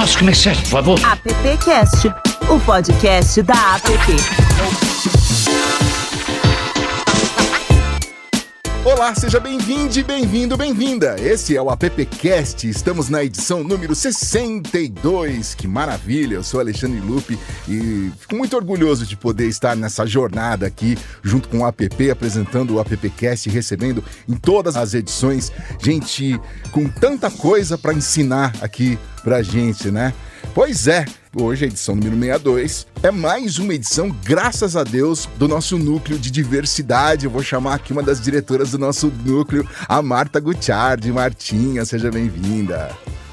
Nosso comerciante, por favor. AppCast, o podcast da App. Olá, seja bem-vindo e bem-vinda. Esse é o AppCast. Estamos na edição número 62. Que maravilha! Eu sou Alexandre Lupe e fico muito orgulhoso de poder estar nessa jornada aqui junto com o App, apresentando o AppCast e recebendo em todas as edições gente com tanta coisa para ensinar aqui pra gente, né? Pois é, hoje a edição número 62 é mais uma edição, graças a Deus, do nosso núcleo de diversidade. Eu vou chamar aqui uma das diretoras do nosso núcleo, a Marta Guthiardi. Martinha, seja bem-vinda.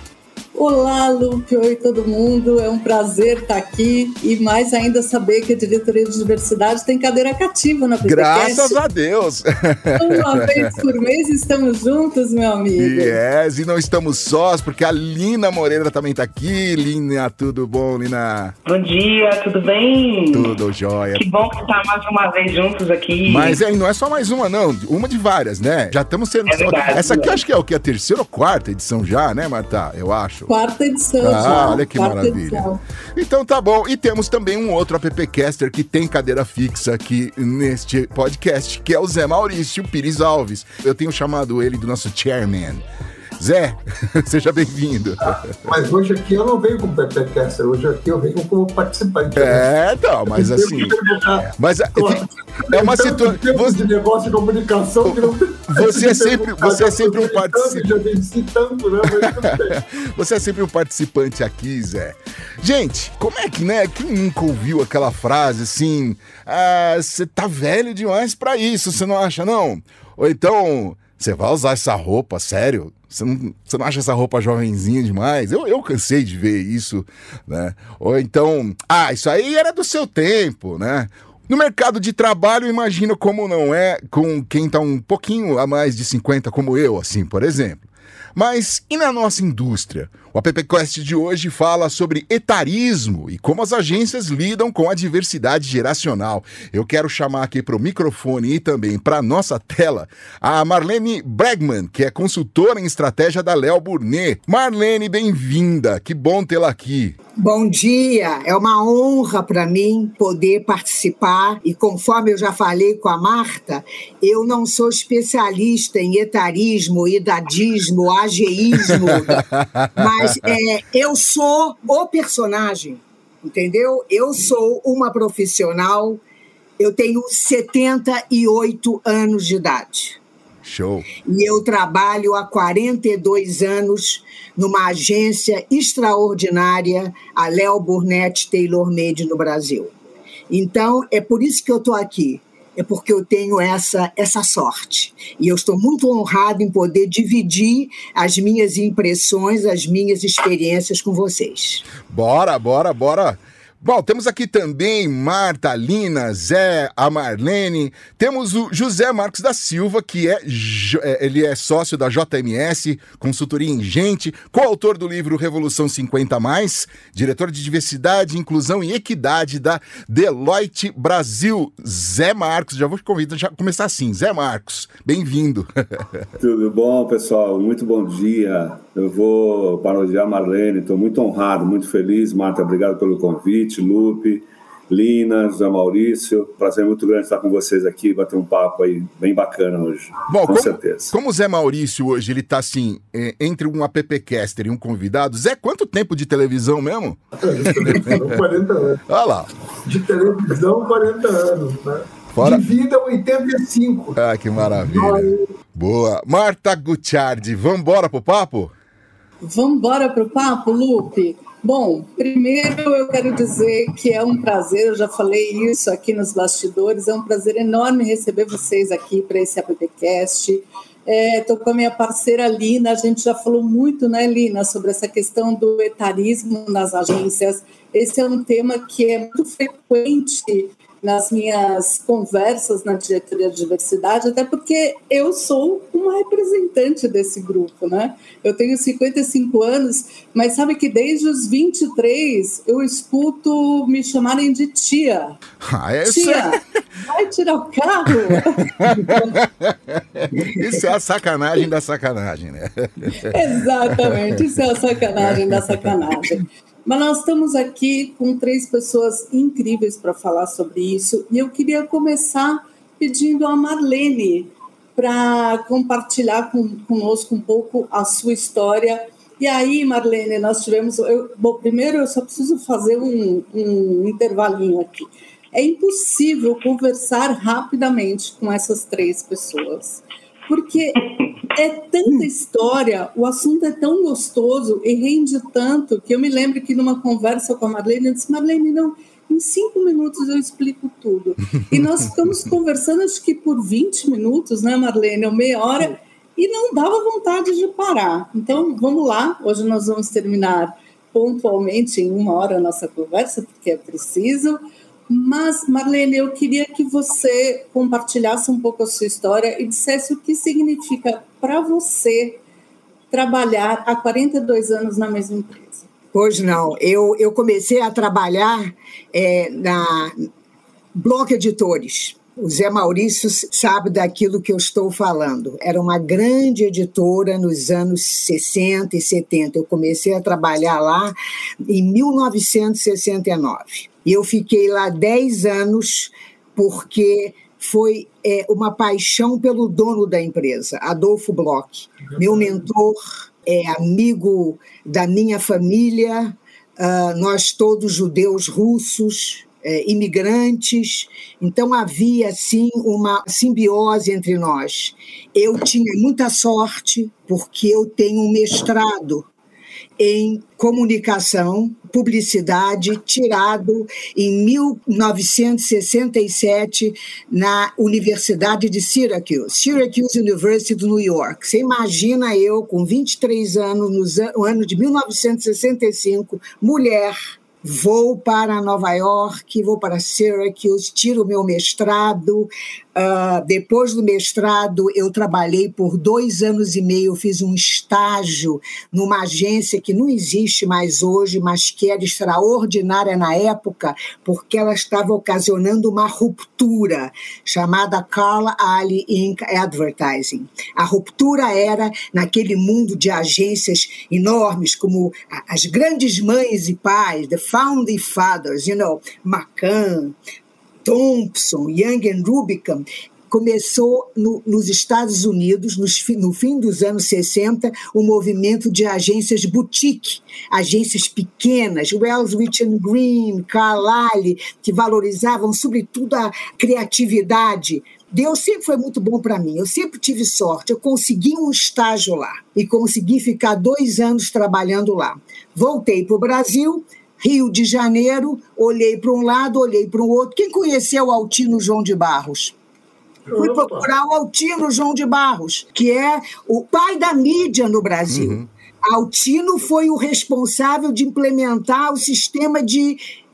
Olá, Lupe, oi todo mundo, é um prazer estar aqui e mais ainda saber que a diretoria de diversidade tem cadeira cativa na PPCast. Graças a Deus! Uma vez por mês estamos juntos, meu amigo. Yes, e não estamos sós, porque a Lina Moreira também está aqui. Lina, tudo bom, Lina? Bom dia, tudo bem? Tudo jóia. Que bom estar mais uma vez juntos aqui. Mas não é só mais uma, não. Uma de várias, né? Já estamos sendo... É verdade, essa aqui eu acho que é o quê? A terceira ou quarta edição já, né, Marta? Eu acho. Quarta edição já. Olha que maravilha. Edição. Então tá bom. E temos também um outro appcaster que tem cadeira fixa aqui neste podcast, que é o Zé Maurício Pires Alves. Eu tenho chamado ele do nosso chairman. Zé, seja bem-vindo. Mas hoje aqui eu não venho como PPCaster, hoje aqui eu venho como participante. Então, mas assim... Mas é uma situação... de negócio de comunicação que não... Você é sempre um participante. Já venci tanto, né? Você é sempre um participante aqui, Zé. Gente, como é que, né? Quem nunca ouviu aquela frase assim... você tá velho demais pra isso, você não acha, não? Ou então... Você vai usar essa roupa, sério? Você não acha essa roupa jovenzinha demais? Eu cansei de ver isso, né? Ou então, isso aí era do seu tempo, né? No mercado de trabalho, imagina como não é com quem tá um pouquinho a mais de 50 como eu, assim, por exemplo. Mas e na nossa indústria? O AppCast de hoje fala sobre etarismo e como as agências lidam com a diversidade geracional. Eu quero chamar aqui para o microfone e também para a nossa tela a Marlene Bregman, que é consultora em estratégia da Léo Burnet. Marlene, bem-vinda, que bom tê-la aqui. Bom dia, é uma honra para mim poder participar e conforme eu já falei com a Marta, eu não sou especialista em etarismo, idadismo, ageísmo, mas eu sou o personagem, entendeu? Eu sou uma profissional, eu tenho 78 anos de idade. Show. E eu trabalho há 42 anos numa agência extraordinária, a Léo Burnett Tailor-Made no Brasil. Então, é por isso que eu estou aqui. É porque eu tenho essa sorte. E eu estou muito honrado em poder dividir as minhas impressões, as minhas experiências com vocês. Bora! Bom, temos aqui também Marta, Lina, Zé, a Marlene. Temos o José Marcos da Silva, que ele é sócio da JMS, consultoria em gente, coautor do livro Revolução 50+, diretor de diversidade, inclusão e equidade da Deloitte Brasil. Zé Marcos, já vou te convidar a começar assim. Zé Marcos, bem-vindo. Tudo bom, pessoal? Muito bom dia. Eu vou parodiar a Marlene, estou muito honrado, muito feliz. Marta, obrigado pelo convite. Lupe, Lina, José Maurício, prazer muito grande estar com vocês aqui, bater um papo aí bem bacana hoje. Bom, com certeza. Como o Zé Maurício hoje, ele tá assim, entre um appcaster e um convidado. Zé, quanto tempo de televisão mesmo? De televisão, 40 anos. Olha lá. De televisão, 40 anos, né? Fora... De vida, 85. Que maravilha. Boa. Marta Guthiardi, vambora pro papo? Vambora pro papo, Lupe? Bom, primeiro eu quero dizer que é um prazer, eu já falei isso aqui nos bastidores, é um prazer enorme receber vocês aqui para esse AppCast. Estou com a minha parceira Lina, a gente já falou muito, né, Lina, sobre essa questão do etarismo nas agências. Esse é um tema que é muito frequente nas minhas conversas na diretoria de diversidade, até porque eu sou uma representante desse grupo, né? Eu tenho 55 anos, mas sabe que desde os 23 eu escuto me chamarem de tia. Tia, vai tirar o carro? Isso é a sacanagem da sacanagem, né? Exatamente, isso é a sacanagem da sacanagem. Mas nós estamos aqui com 3 pessoas incríveis para falar sobre isso, e eu queria começar pedindo a Marlene para compartilhar conosco um pouco a sua história. E aí, Marlene, nós tivemos... primeiro eu só preciso fazer um intervalinho aqui. É impossível conversar rapidamente com essas 3 pessoas, porque é tanta história, o assunto é tão gostoso e rende tanto, que eu me lembro que numa conversa com a Marlene, eu disse, Marlene, não, em 5 minutos eu explico tudo. E nós ficamos conversando, acho que por 20 minutos, né, Marlene, ou meia hora, e não dava vontade de parar. Então, vamos lá, hoje nós vamos terminar pontualmente em 1 hora a nossa conversa, porque é preciso. Mas, Marlene, eu queria que você compartilhasse um pouco a sua história e dissesse o que significa para você trabalhar há 42 anos na mesma empresa. Pois não, eu comecei a trabalhar na Bloch Editores. O Zé Maurício sabe daquilo que eu estou falando. Era uma grande editora nos anos 60 e 70. Eu comecei a trabalhar lá em 1969. E eu fiquei lá 10 anos porque foi uma paixão pelo dono da empresa, Adolfo Bloch. Meu mentor, amigo da minha família, nós todos judeus russos, imigrantes, então havia assim uma simbiose entre nós. Eu tinha muita sorte porque eu tenho um mestrado em comunicação, publicidade, tirado em 1967 na Universidade de Syracuse University de New York. Você imagina eu, com 23 anos, no ano de 1965, mulher, vou para Nova York, vou para Syracuse, tiro o meu mestrado. Depois do mestrado, eu trabalhei por 2 anos e meio, fiz um estágio numa agência que não existe mais hoje, mas que era extraordinária na época, porque ela estava ocasionando uma ruptura, chamada Carl Ali Inc. Advertising. A ruptura era naquele mundo de agências enormes, como as grandes mães e pais, the founding fathers, McCann, Thompson, Young & Rubicam. Começou nos Estados Unidos, no fim dos anos 60, o movimento de agências boutique, agências pequenas, Wells, Rich & Green, Carlyle, que valorizavam sobretudo a criatividade. Deus sempre foi muito bom para mim, eu sempre tive sorte, eu consegui um estágio lá e consegui ficar 2 anos trabalhando lá. Voltei para o Brasil, Rio de Janeiro, olhei para um lado, olhei para o outro. Quem conheceu o Altino João de Barros? Fui procurar o Altino João de Barros, que é o pai da mídia no Brasil. Uhum. Altino foi o responsável de implementar o sistema de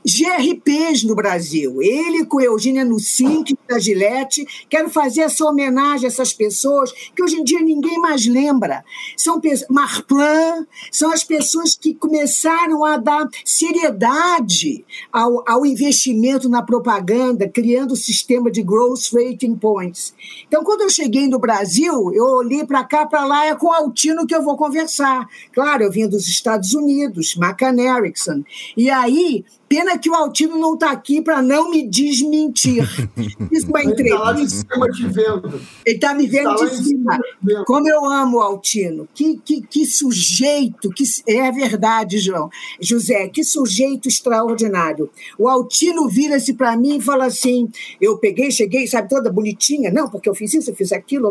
GRPs no Brasil. Ele com Eugênia Nucink, da Gillette. Quero fazer essa homenagem a essas pessoas que hoje em dia ninguém mais lembra. São Marplan, são as pessoas que começaram a dar seriedade ao investimento na propaganda, criando o sistema de Growth Rating Points. Então, quando eu cheguei no Brasil, eu olhei para cá, para lá, é com o Altino que eu vou conversar. Claro, eu vim dos Estados Unidos, McCann Erickson. E aí, pena que o Altino não está aqui para não me desmentir. Isso é entrevista. Ele está lá de cima te vendo. Ele está me vendo de cima. Como eu amo o Altino. Que sujeito, é verdade, José, que sujeito extraordinário. O Altino vira-se para mim e fala assim, eu cheguei, sabe, toda bonitinha, não, porque eu fiz isso, eu fiz aquilo,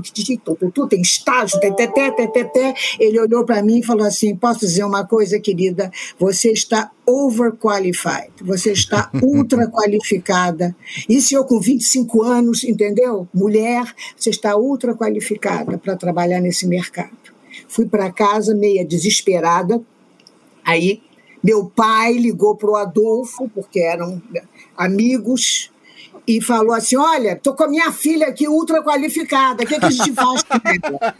tem estágio, ele olhou para mim e falou assim, posso dizer uma coisa, querida, você está overqualified, você está ultra qualificada. Isso eu com 25 anos, entendeu? Mulher, você está ultra qualificada para trabalhar nesse mercado. Fui para casa meia desesperada, aí meu pai ligou para o Adolfo, porque eram amigos, e falou assim, olha, estou com a minha filha aqui ultra qualificada, o que a gente faz com ela?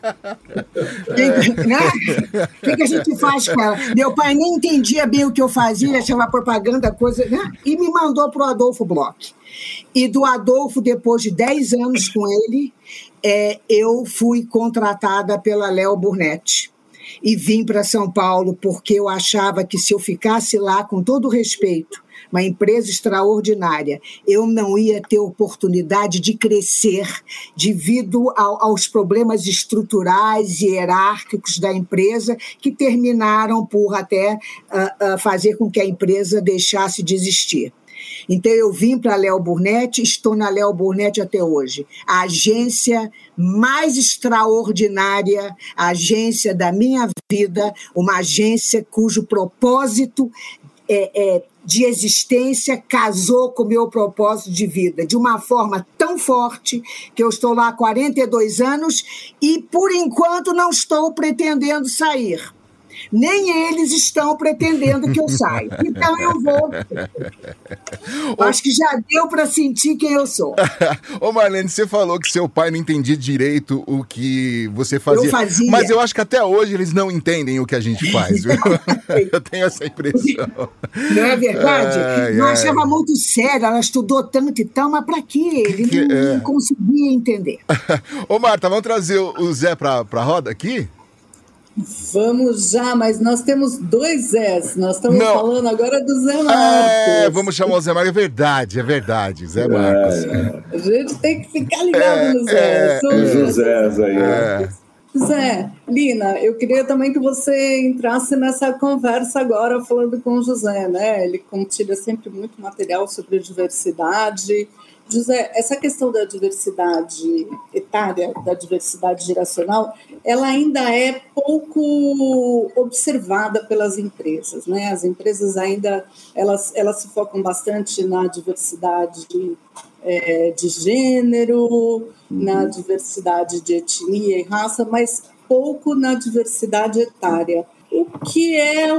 O que a gente faz com ela? Meu pai nem entendia bem o que eu fazia, achava propaganda, coisa, né? E me mandou para o Adolfo Bloch. E do Adolfo, depois de 10 anos com ele, eu fui contratada pela Léo Burnett. E vim para São Paulo porque eu achava que se eu ficasse lá, com todo respeito, uma empresa extraordinária, eu não ia ter oportunidade de crescer devido aos problemas estruturais e hierárquicos da empresa que terminaram por até fazer com que a empresa deixasse de existir. Então, eu vim para a Léo Burnett, estou na Léo Burnett até hoje. A agência mais extraordinária, a agência da minha vida, uma agência cujo propósito de existência casou com o meu propósito de vida, de uma forma tão forte que eu estou lá há 42 anos e, por enquanto, não estou pretendendo sair. Nem eles estão pretendendo que eu saia. Então eu vou. Acho que já deu para sentir quem eu sou. Ô Marlene, você falou que seu pai não entendia direito o que você fazia. Eu fazia. Mas eu acho que até hoje eles não entendem o que a gente faz, viu? Eu tenho essa impressão. Não é verdade? Eu achava muito sério, ela estudou tanto e tal, mas para quê? Ele não conseguia entender. Ô Marta, vamos trazer o Zé para a roda aqui? Vamos já, mas nós temos 2 Zés. Nós estamos falando agora do Zé Marcos. Vamos chamar o Zé Marcos. É verdade, Zé Marcos. A gente tem que ficar ligado no Zé. Os Zés aí. Zé, Lina, eu queria também que você entrasse nessa conversa agora falando com o José, né? Ele compartilha sempre muito material sobre diversidade. José, essa questão da diversidade etária, da diversidade geracional, ela ainda é pouco observada pelas empresas, né? As empresas ainda, elas se focam bastante na diversidade de gênero, na diversidade de etnia e raça, mas pouco na diversidade etária. O que é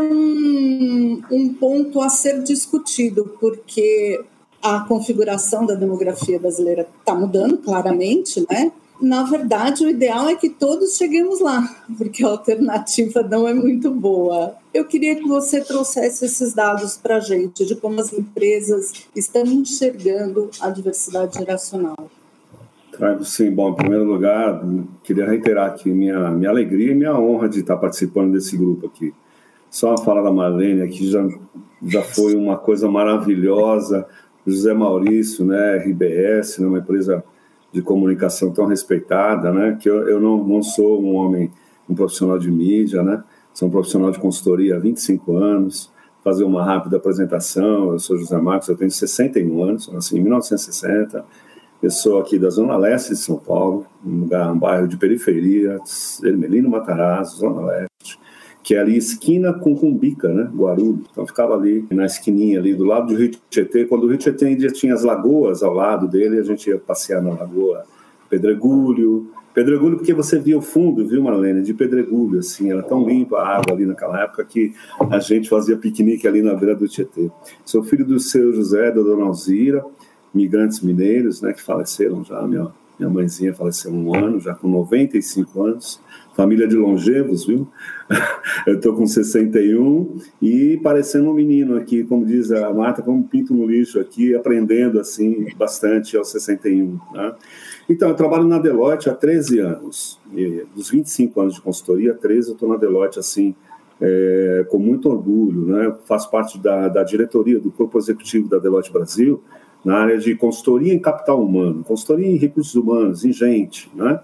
um ponto a ser discutido, porque a configuração da demografia brasileira está mudando claramente, né? Na verdade, o ideal é que todos cheguemos lá, porque a alternativa não é muito boa. Eu queria que você trouxesse esses dados para a gente, de como as empresas estão enxergando a diversidade geracional. Trago sim. Bom, em primeiro lugar, queria reiterar aqui minha alegria e minha honra de estar participando desse grupo aqui. Só a fala da Marlene aqui já foi uma coisa maravilhosa. José Maurício, né, RBS, né, uma empresa de comunicação tão respeitada, né, que eu não sou um profissional de mídia, né, sou um profissional de consultoria há 25 anos, fazer uma rápida apresentação, eu sou José Marcos, eu tenho 61 anos, nasci em 1960, eu sou aqui da Zona Leste de São Paulo, um bairro de periferia, Ermelino Matarazzo, Zona Leste, que é ali esquina com Cumbica, né, Guarulhos. Então ficava ali na esquininha ali do lado do Rio Tietê. Quando o Rio Tietê ainda tinha as lagoas ao lado dele, a gente ia passear na lagoa Pedregulho porque você via o fundo, viu, Marlene, de Pedregulho, assim, era tão limpa a água ali naquela época que a gente fazia piquenique ali na beira do Tietê. Sou filho do seu José, da dona Alzira, migrantes mineiros, né, que faleceram já, minha mãezinha faleceu há 1 ano, já com 95 anos, família de longevos, viu? Eu estou com 61 e parecendo um menino aqui, como diz a Marta, como pinto no lixo aqui, aprendendo assim bastante aos 61, né? Então, eu trabalho na Deloitte há 13 anos, e dos 25 anos de consultoria, 13 eu estou na Deloitte assim, com muito orgulho, né? Faço parte da diretoria do corpo executivo da Deloitte Brasil, na área de consultoria em capital humano, consultoria em recursos humanos, em gente, né?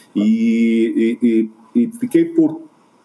E fiquei por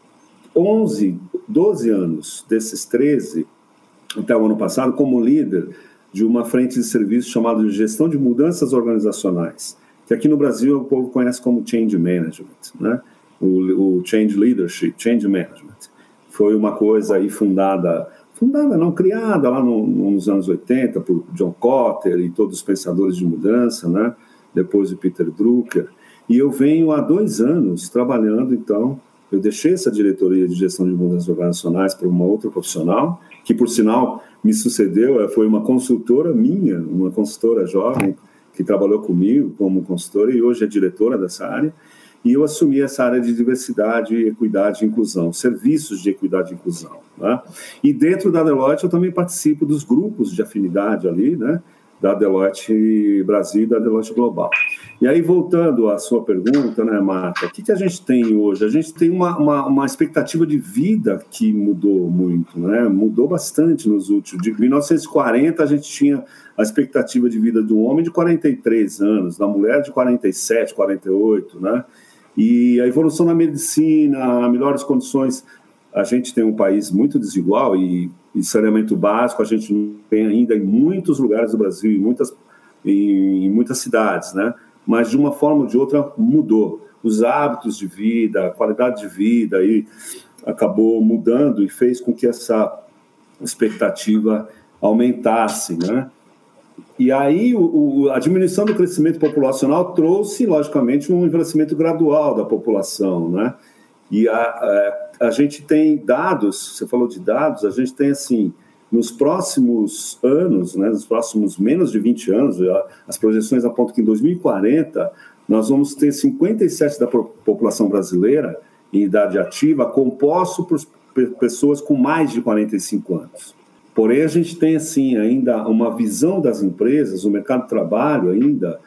12 anos desses 13, até o ano passado, como líder de uma frente de serviço chamada de Gestão de Mudanças Organizacionais, que aqui no Brasil o povo conhece como Change Management, né? O Change Leadership, Change Management. Foi uma coisa aí criada lá nos anos 80 por John Kotter e todos os pensadores de mudança, né? Depois de Peter Drucker. E eu venho há 2 anos trabalhando, então, eu deixei essa diretoria de gestão de mudanças organizacionais para uma outra profissional, que, por sinal, me sucedeu, foi uma consultora minha, uma consultora jovem, que trabalhou comigo como consultora e hoje é diretora dessa área, e eu assumi essa área de diversidade, equidade e inclusão, serviços de equidade e inclusão. Né? E dentro da Deloitte eu também participo dos grupos de afinidade ali, né? Da Deloitte Brasil e da Deloitte Global. E aí, voltando à sua pergunta, né, Marta, o que a gente tem hoje? A gente tem uma expectativa de vida que mudou muito, né? Mudou bastante nos últimos... De 1940, a gente tinha a expectativa de vida do homem de 43 anos, da mulher de 47, 48, né? E a evolução na medicina, melhores condições... A gente tem um país muito desigual e saneamento básico a gente não tem ainda em muitos lugares do Brasil, em muitas cidades, né? Mas de uma forma ou de outra mudou. Os hábitos de vida, a qualidade de vida aí acabou mudando e fez com que essa expectativa aumentasse, né? E aí a diminuição do crescimento populacional trouxe, logicamente, um envelhecimento gradual da população, né? E a gente tem dados, você falou de dados, a gente tem, assim, nos próximos anos, né, nos próximos menos de 20 anos, as projeções apontam que em 2040 nós vamos ter 57% da população brasileira em idade ativa composto por pessoas com mais de 45 anos. Porém, a gente tem, assim, ainda uma visão das empresas, o mercado de trabalho ainda,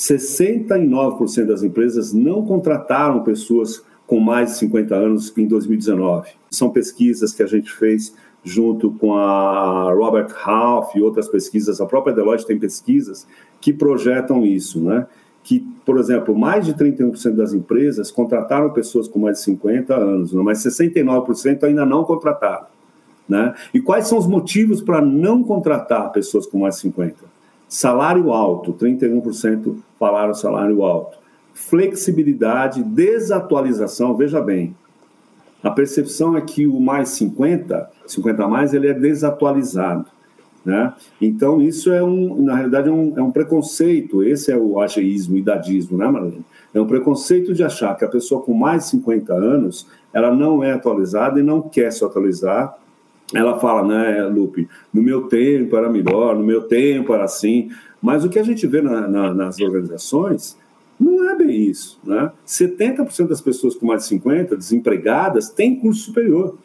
69% das empresas não contrataram pessoas com mais de 50 anos em 2019. São pesquisas que a gente fez junto com a Robert Half e outras pesquisas. A própria Deloitte tem pesquisas que projetam isso, né? Que, por exemplo, mais de 31% das empresas contrataram pessoas com mais de 50 anos, mas 69% ainda não contrataram, né? E quais são os motivos para não contratar pessoas com mais de 50? Salário alto, 31% falaram salário alto. Flexibilidade, desatualização, veja bem, a percepção é que o mais 50 a mais, ele é desatualizado, né? Então, isso na realidade, é um preconceito, esse é o ageísmo, o idadismo, né, Marlene? É um preconceito de achar que a pessoa com mais de 50 anos, ela não é atualizada e não quer se atualizar. Ela fala, né, Lupe, no meu tempo era melhor, no meu tempo era assim, mas o que a gente vê nas organizações... Não é bem isso, né? 70% das pessoas com mais de 50, desempregadas, têm curso superior.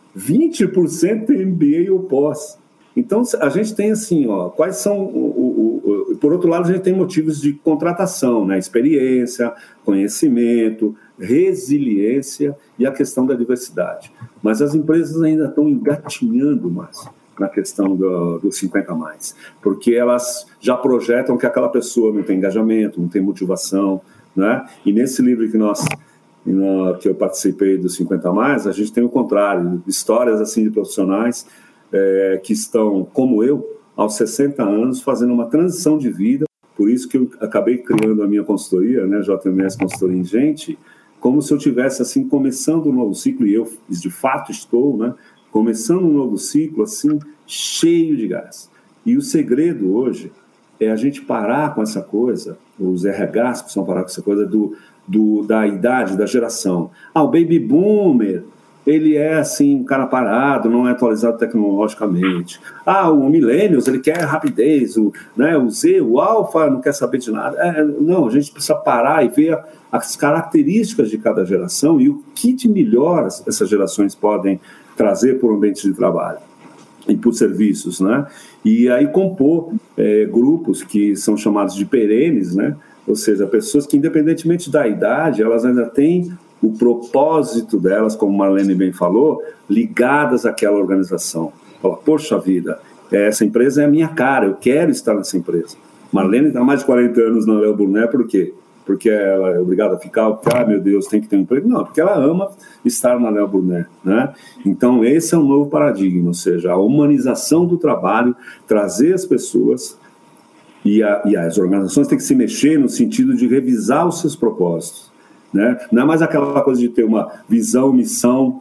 20% tem MBA ou pós. Então, a gente tem assim, ó, quais são... Por outro lado, a gente tem motivos de contratação, né? Experiência, conhecimento, resiliência e a questão da diversidade. Mas as empresas ainda estão engatinhando mais na questão dos 50 mais, porque elas já projetam que aquela pessoa não tem engajamento, não tem motivação, né? E nesse livro que eu participei dos 50 mais, a gente tem o contrário, histórias assim de profissionais que estão, como eu, aos 60 anos, fazendo uma transição de vida. Por isso que eu acabei criando a minha consultoria, né, JMS Consultoria em Gente, como se eu estivesse assim, começando um novo ciclo, e eu de fato estou, né, começando um novo ciclo, assim, cheio de gás. E o segredo hoje é a gente parar com essa coisa, os RHs precisam parar com essa coisa da idade, da geração. O baby boomer, ele é, assim, um cara parado, não é atualizado tecnologicamente. O millennials, ele quer rapidez, o Z, o alfa, não quer saber de nada. Não, a gente precisa parar e ver as características de cada geração e o que de melhor essas gerações podem trazer por um ambiente de trabalho e por serviços, né? E aí compor grupos que são chamados de perenes, né? Ou seja, pessoas que, independentemente da idade, elas ainda têm o propósito delas, como Marlene bem falou, ligadas àquela organização. Fala, poxa vida, essa empresa é a minha cara, eu quero estar nessa empresa. Marlene está há mais de 40 anos na Léo Burnet, por quê? Porque ela é obrigada a ficar, porque, meu Deus, tem que ter um emprego. Não, porque ela ama estar na Léo Burnet, né? Então, esse é um novo paradigma, ou seja, a humanização do trabalho, trazer as pessoas e as organizações têm que se mexer no sentido de revisar os seus propósitos, né? Não é mais aquela coisa de ter uma visão, missão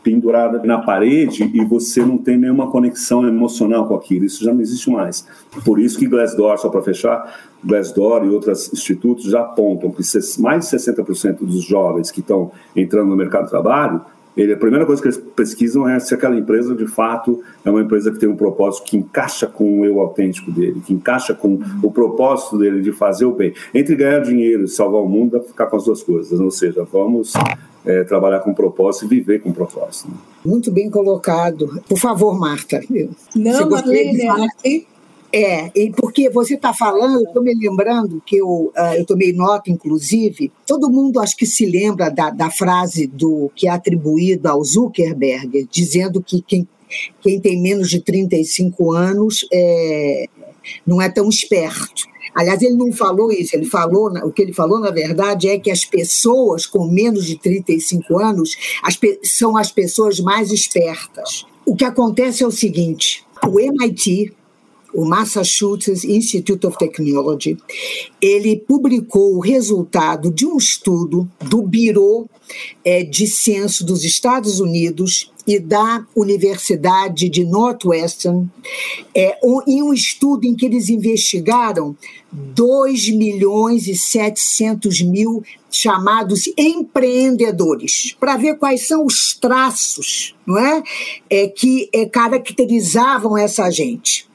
pendurada na parede e você não tem nenhuma conexão emocional com aquilo. Isso já não existe mais. Por isso que Glassdoor, só para fechar, Glassdoor e outros institutos já apontam que mais de 60% dos jovens que estão entrando no mercado de trabalho, a primeira coisa que eles pesquisam é se aquela empresa, de fato, é uma empresa que tem um propósito que encaixa com o eu autêntico dele, que encaixa com o propósito dele de fazer o bem. Entre ganhar dinheiro e salvar o mundo, dá para ficar com as duas coisas. Ou seja, vamos trabalhar com propósito e viver com propósito. Né? Muito bem colocado. Por favor, Marta. Não, Marlene, porque você está falando, eu estou me lembrando que eu tomei nota, inclusive, todo mundo acho que se lembra da frase que é atribuída ao Zuckerberg, dizendo que quem tem menos de 35 anos não é tão esperto. Aliás, ele não falou isso, o que ele falou, na verdade, é que as pessoas com menos de 35 anos são as pessoas mais espertas. O que acontece é o seguinte, o MIT, o Massachusetts Institute of Technology, ele publicou o resultado de um estudo do Bureau de Censo dos Estados Unidos e da Universidade de Northwestern, em um estudo em que eles investigaram 2.700.000 chamados empreendedores, para ver quais são os traços, não é? Que caracterizavam essa gente.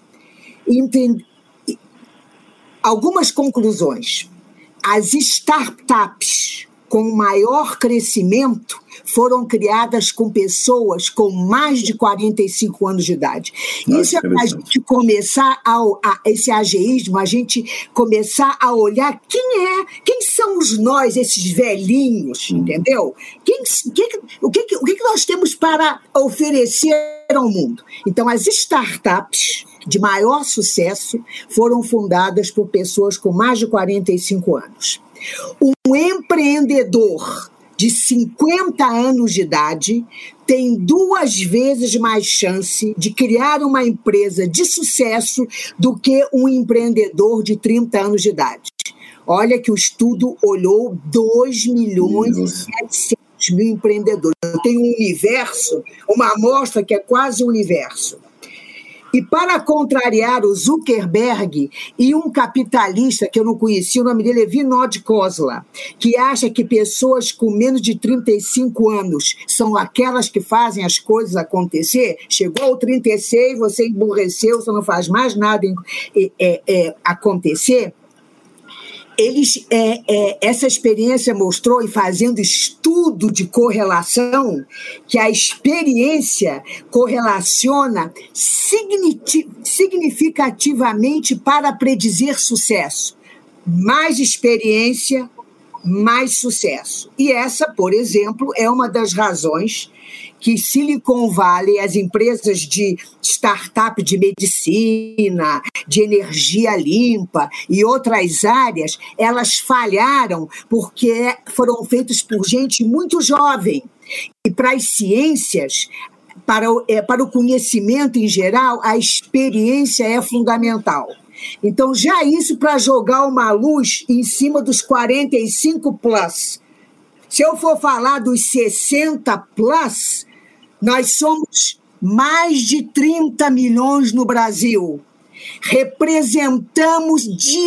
Algumas conclusões. As startups com maior crescimento foram criadas com pessoas com mais de 45 anos de idade. Isso é para a gente começar esse ageísmo, a gente começar a olhar quem somos nós, esses velhinhos, entendeu? O que nós temos para oferecer ao mundo? Então, as startups de maior sucesso foram fundadas por pessoas com mais de 45 anos. Um empreendedor de 50 anos de idade tem 2 vezes mais chance de criar uma empresa de sucesso do que um empreendedor de 30 anos de idade. Olha que o estudo olhou 2.700.000 empreendedores. Eu tenho um universo, uma amostra que é quase um universo. E para contrariar o Zuckerberg e um capitalista que eu não conhecia, o nome dele é Vinod Khosla, que acha que pessoas com menos de 35 anos são aquelas que fazem as coisas acontecer, chegou ao 36, você emburreceu, você não faz mais nada acontecer. Essa experiência mostrou, e fazendo estudo de correlação, que a experiência correlaciona significativamente para predizer sucesso. Mais experiência, mais sucesso. E essa, por exemplo, é uma das razões que Silicon Valley, as empresas de startup de medicina, de energia limpa e outras áreas, elas falharam porque foram feitas por gente muito jovem. E para as ciências, para o conhecimento em geral, a experiência é fundamental. Então, já isso para jogar uma luz em cima dos 45+. Se eu for falar dos 60+, nós somos mais de 30 milhões no Brasil. Representamos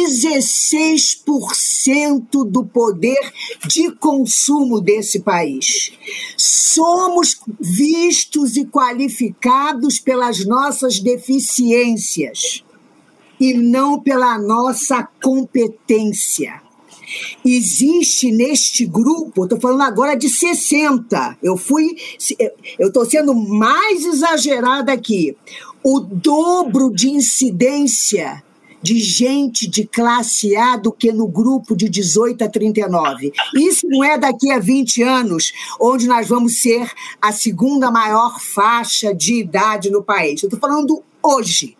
16% do poder de consumo desse país. Somos vistos e qualificados pelas nossas deficiências e não pela nossa competência. Existe neste grupo, estou falando agora de 60, eu estou sendo mais exagerada aqui, o dobro de incidência de gente de classe A do que no grupo de 18 a 39. Isso não é daqui a 20 anos, onde nós vamos ser a segunda maior faixa de idade no país. Eu estou falando hoje.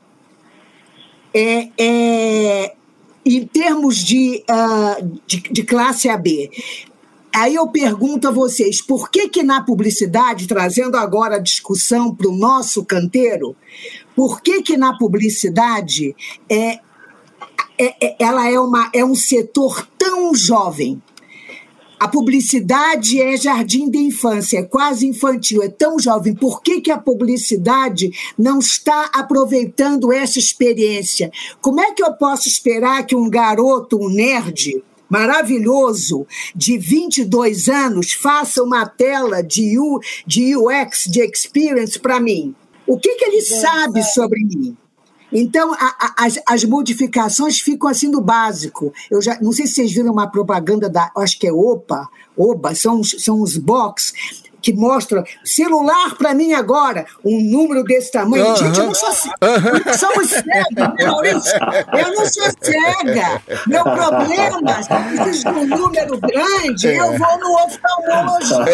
Em termos de classe AB, aí eu pergunto a vocês, por que na publicidade, trazendo agora a discussão para o nosso canteiro, por que na publicidade ela é um setor tão jovem? A publicidade é jardim de infância, é quase infantil, é tão jovem. Por que a publicidade não está aproveitando essa experiência? Como é que eu posso esperar que um garoto, um nerd maravilhoso, de 22 anos, faça uma tela de UX, de experience para mim? O que ele sabe sobre mim? Então, as modificações ficam assim no básico. Eu já não sei se vocês viram uma propaganda acho que é Oba, são os box que mostram celular para mim agora, um número desse tamanho. Gente, eu não sou cega. Somos cegos, Maurício. Eu não sou cega. Meu problema, se eu preciso de um número grande, eu vou no oftalmologista.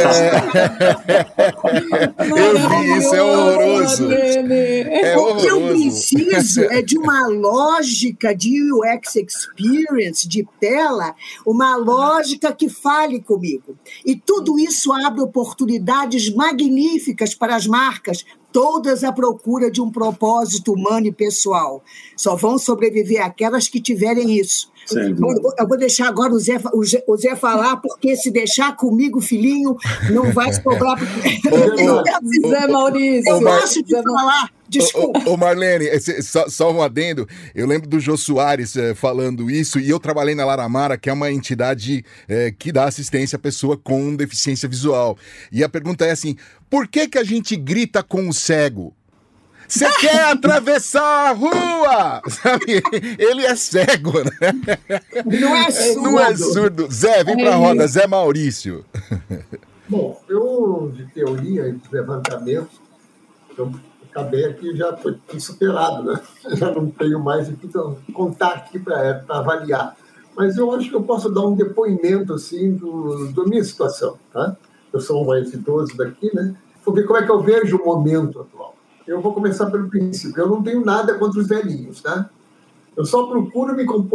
Eu vi isso, é horroroso. O que eu preciso é de uma lógica de UX Experience, de tela, uma lógica que fale comigo. E tudo isso abre oportunidades magníficas para as marcas, todas à procura de um propósito humano e pessoal. Só vão sobreviver aquelas que tiverem isso. Eu vou deixar agora o Zé falar, porque se deixar comigo, filhinho, não vai sobrar. Zé Maurício. Eu gosto de falar. Desculpa. Ô Marlene, só um adendo. Eu lembro do Jô Soares falando isso, e eu trabalhei na Laramara, que é uma entidade que dá assistência à pessoa com deficiência visual. E a pergunta é assim, por que a gente grita com o cego? Você quer atravessar a rua? Sabe? Ele é cego, né? Não é surdo. Não é surdo. Zé, vem pra roda. Zé Maurício. Bom, eu, de teoria e de levantamento, eu acabei aqui, já fui superado, né? Já não tenho mais o que contar aqui para avaliar. Mas eu acho que eu posso dar um depoimento, assim, da minha situação, tá? Eu sou o mais idoso daqui, né? Vou ver como é que eu vejo o momento atual. Eu vou começar pelo princípio. Eu não tenho nada contra os velhinhos, tá? Eu só procuro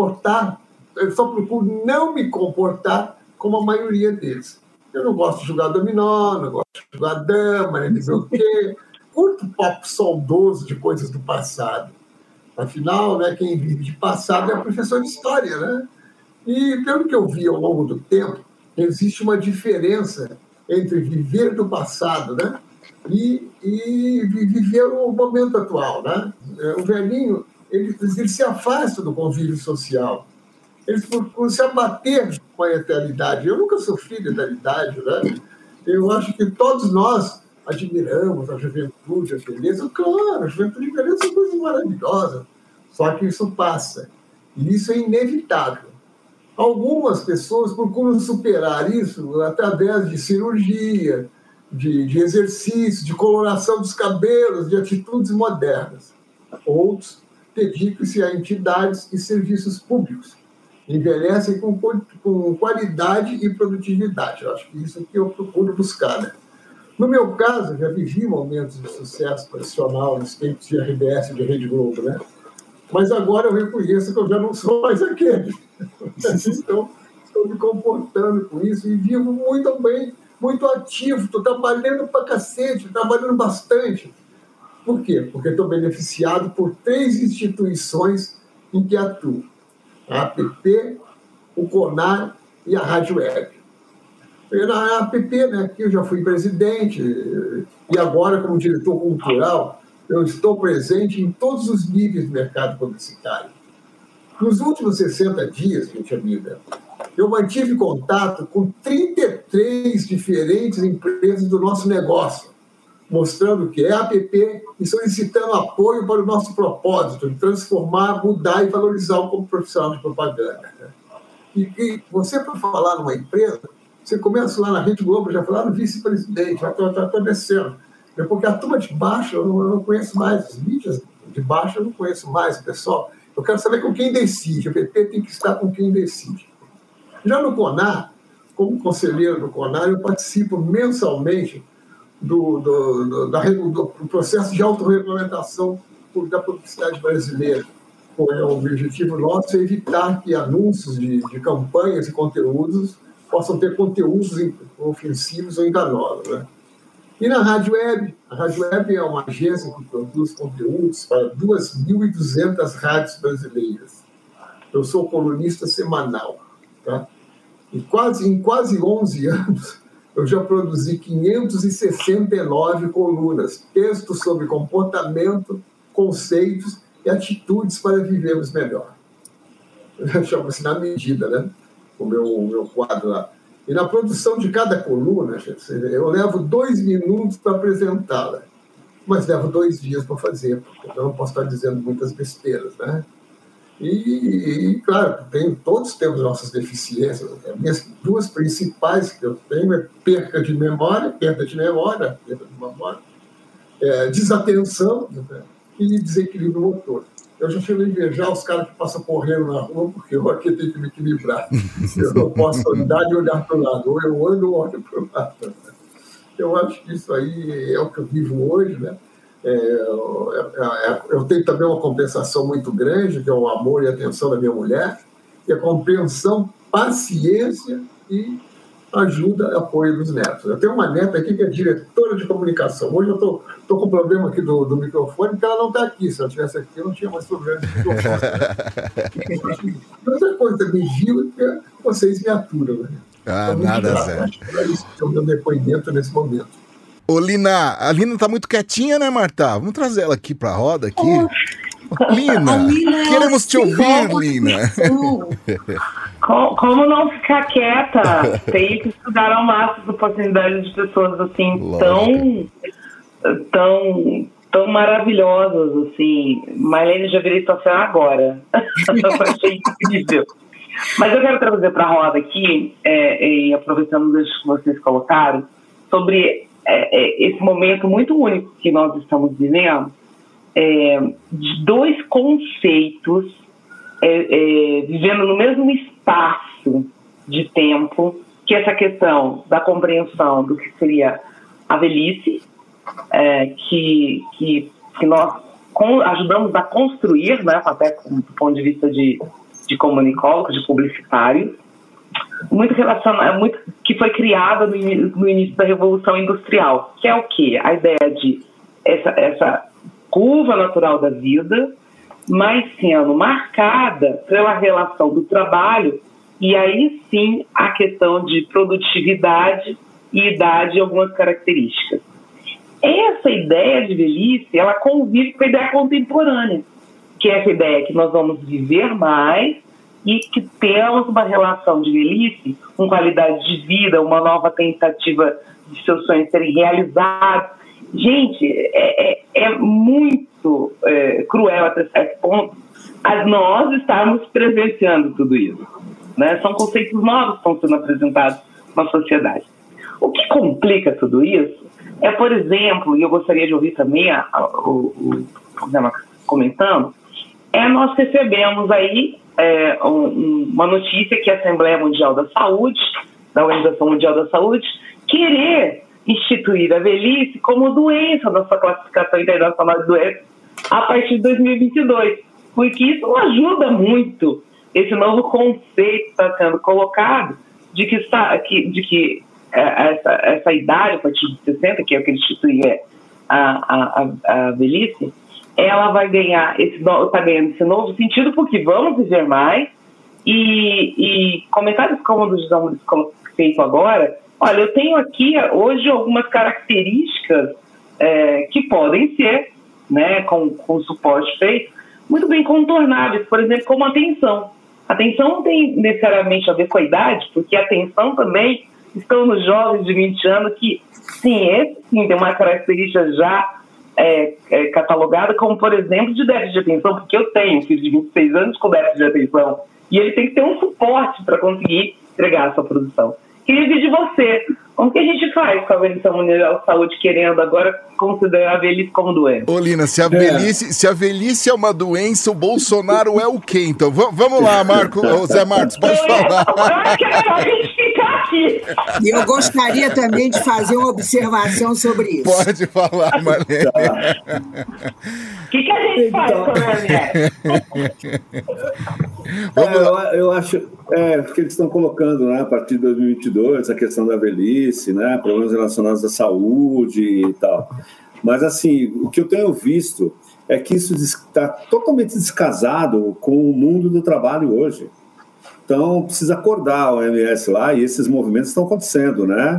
não me comportar como a maioria deles. Eu não gosto de jogar dominó, não gosto de jogar dama, nem dizer o quê. Curto papo saudoso de coisas do passado. Afinal, né, quem vive de passado é professor de história, né? E pelo que eu vi ao longo do tempo, existe uma diferença entre viver do passado, né, e viver o momento atual, né? O velhinho, ele se afasta do convívio social. Eles procuram se abater com a eternidade. Eu nunca sofri de eternidade, né? Eu acho que todos nós admiramos a juventude, a beleza. Claro, a juventude e a beleza são coisas maravilhosas. Só que isso passa. E isso é inevitável. Algumas pessoas procuram superar isso através de cirurgia, de exercício, de coloração dos cabelos, de atitudes modernas. Outros dedicam-se a entidades e serviços públicos. Envelhecem com qualidade e produtividade. Eu acho que isso é que eu procuro buscar, né? No meu caso, já vivi momentos de sucesso profissional nos tempos de RBS e de Rede Globo, né? Mas agora eu reconheço que eu já não sou mais aquele. Então, estou me comportando com isso e vivo muito bem, muito ativo. Estou trabalhando pra cacete, trabalhando bastante. Por quê? Porque estou beneficiado por 3 instituições em que atuo. A APP, o CONAR e a Rádio Web. Na APP, né, aqui eu já fui presidente e agora, como diretor cultural, eu estou presente em todos os níveis do mercado publicitário. Nos últimos 60 dias, gente amiga, eu mantive contato com 33 diferentes empresas do nosso negócio, mostrando que é a APP e solicitando apoio para o nosso propósito de transformar, mudar e valorizar como profissional de propaganda. E você, para falar numa empresa, você começa lá na Rede Globo, já falar no vice-presidente, já está descendo. Porque a turma de baixo eu não conheço mais, as mídias de baixo eu não conheço mais, pessoal. Eu quero saber com quem decide, o PP tem que estar com quem decide. Já no CONAR, como conselheiro do CONAR, eu participo mensalmente do processo de autorregulamentação da publicidade brasileira. O objetivo nosso é evitar que anúncios de campanhas e conteúdos possam ter conteúdos ofensivos ou enganosos, né? E na Rádio Web, a Rádio Web é uma agência que produz conteúdos para 2.200 rádios brasileiras. Eu sou colunista semanal, tá? em quase 11 anos, eu já produzi 569 colunas, textos sobre comportamento, conceitos e atitudes para vivermos melhor. Chama-se Na Medida, né? O meu quadro lá. E na produção de cada coluna, gente, eu levo 2 minutos para apresentá-la, mas levo 2 dias para fazer, porque eu não posso estar dizendo muitas besteiras, né? E claro, todos temos nossas deficiências. As minhas 2 principais que eu tenho é perda de memória, desatenção, né? E desequilíbrio motor. Eu já cheguei a invejar os caras que passam correndo na rua, porque eu aqui tenho que me equilibrar. Eu não posso andar e olhar para o lado. Ou eu ando ou olho para o lado. Eu acho que isso aí é o que eu vivo hoje, né? Eu tenho também uma compensação muito grande, que é o amor e a atenção da minha mulher, e a compreensão, paciência e ajuda, apoio dos netos. Eu tenho uma neta aqui que é diretora de comunicação. Hoje eu estou com um problema aqui do microfone, porque ela não está aqui. Se ela estivesse aqui, eu não tinha mais problema de microfone. Outra coisa também, Gil, é que vocês me aturam. Né? Nada, Zé. Acho que é isso que é o meu depoimento nesse momento. Ô, Lina, a Lina tá muito quietinha, né, Marta? Vamos trazer ela aqui pra roda aqui. Lina, queremos te ouvir, Lina. Como não ficar quieta? Tem que estudar ao máximo a possibilidade de pessoas assim tão maravilhosas assim. Marlene, já virei sua fã agora. Eu achei incrível. Mas eu quero trazer para a roda aqui, e aproveitando os que vocês colocaram, sobre esse momento muito único que nós estamos vivendo, de 2 conceitos vivendo no mesmo espaço de tempo, que é essa questão da compreensão do que seria a velhice, que nós ajudamos a construir, né, até do ponto de vista de comunicólogos, de publicitários, muito relacionado, que foi criada no início da Revolução Industrial, que é o quê? A ideia de essa curva natural da vida, mas sendo marcada pela relação do trabalho e aí sim a questão de produtividade e idade e algumas características. Essa ideia de velhice, ela convive com a ideia contemporânea, que é essa ideia que nós vamos viver mais e que temos uma relação de velhice com qualidade de vida, uma nova tentativa de seus sonhos serem realizados. Gente, é muito cruel até certo ponto nós estarmos presenciando tudo isso, né? São conceitos novos que estão sendo apresentados na sociedade. O que complica tudo isso é, por exemplo, e eu gostaria de ouvir também o programa comentando, nós recebemos aí uma notícia que a Assembleia Mundial da Saúde, da Organização Mundial da Saúde, querer instituir a velhice como doença na sua classificação internacional de doenças a partir de 2022, porque isso não ajuda muito esse novo conceito que está sendo colocado de que essa idade, a partir de 60, que é o que ele institui a velhice, ela vai ganhar está ganhando esse novo sentido, porque vamos viver mais, e comentários como o do José Maurício feito agora, olha, eu tenho aqui hoje algumas características que podem ser, né, com suporte feito, muito bem contornáveis, por exemplo, como a atenção. A atenção não tem necessariamente a ver com a idade, porque a atenção também estão nos jovens de 20 anos que, sim, tem uma característica já catalogada como, por exemplo, de déficit de atenção, porque eu tenho um filho de 26 anos com déficit de atenção e ele tem que ter um suporte para conseguir entregar a sua produção. Queria ver de você, como que a gente faz com a Organização Mundial de Saúde querendo agora considerar a velhice como doença? Ô, Lina, se a velhice é uma doença, o Bolsonaro é o quê? Então, vamos lá, Zé Marcos, pode falar. Agora que a gente ficar aqui. E eu gostaria também de fazer uma observação sobre isso. Pode falar, Marlene. O que a gente faz com a mulher? Eu acho que eles estão colocando, né, a partir de 2022, a questão da velhice, né, problemas relacionados à saúde e tal. Mas, assim, o que eu tenho visto é que isso está totalmente descasado com o mundo do trabalho hoje. Então, precisa acordar a OMS lá, e esses movimentos estão acontecendo, né?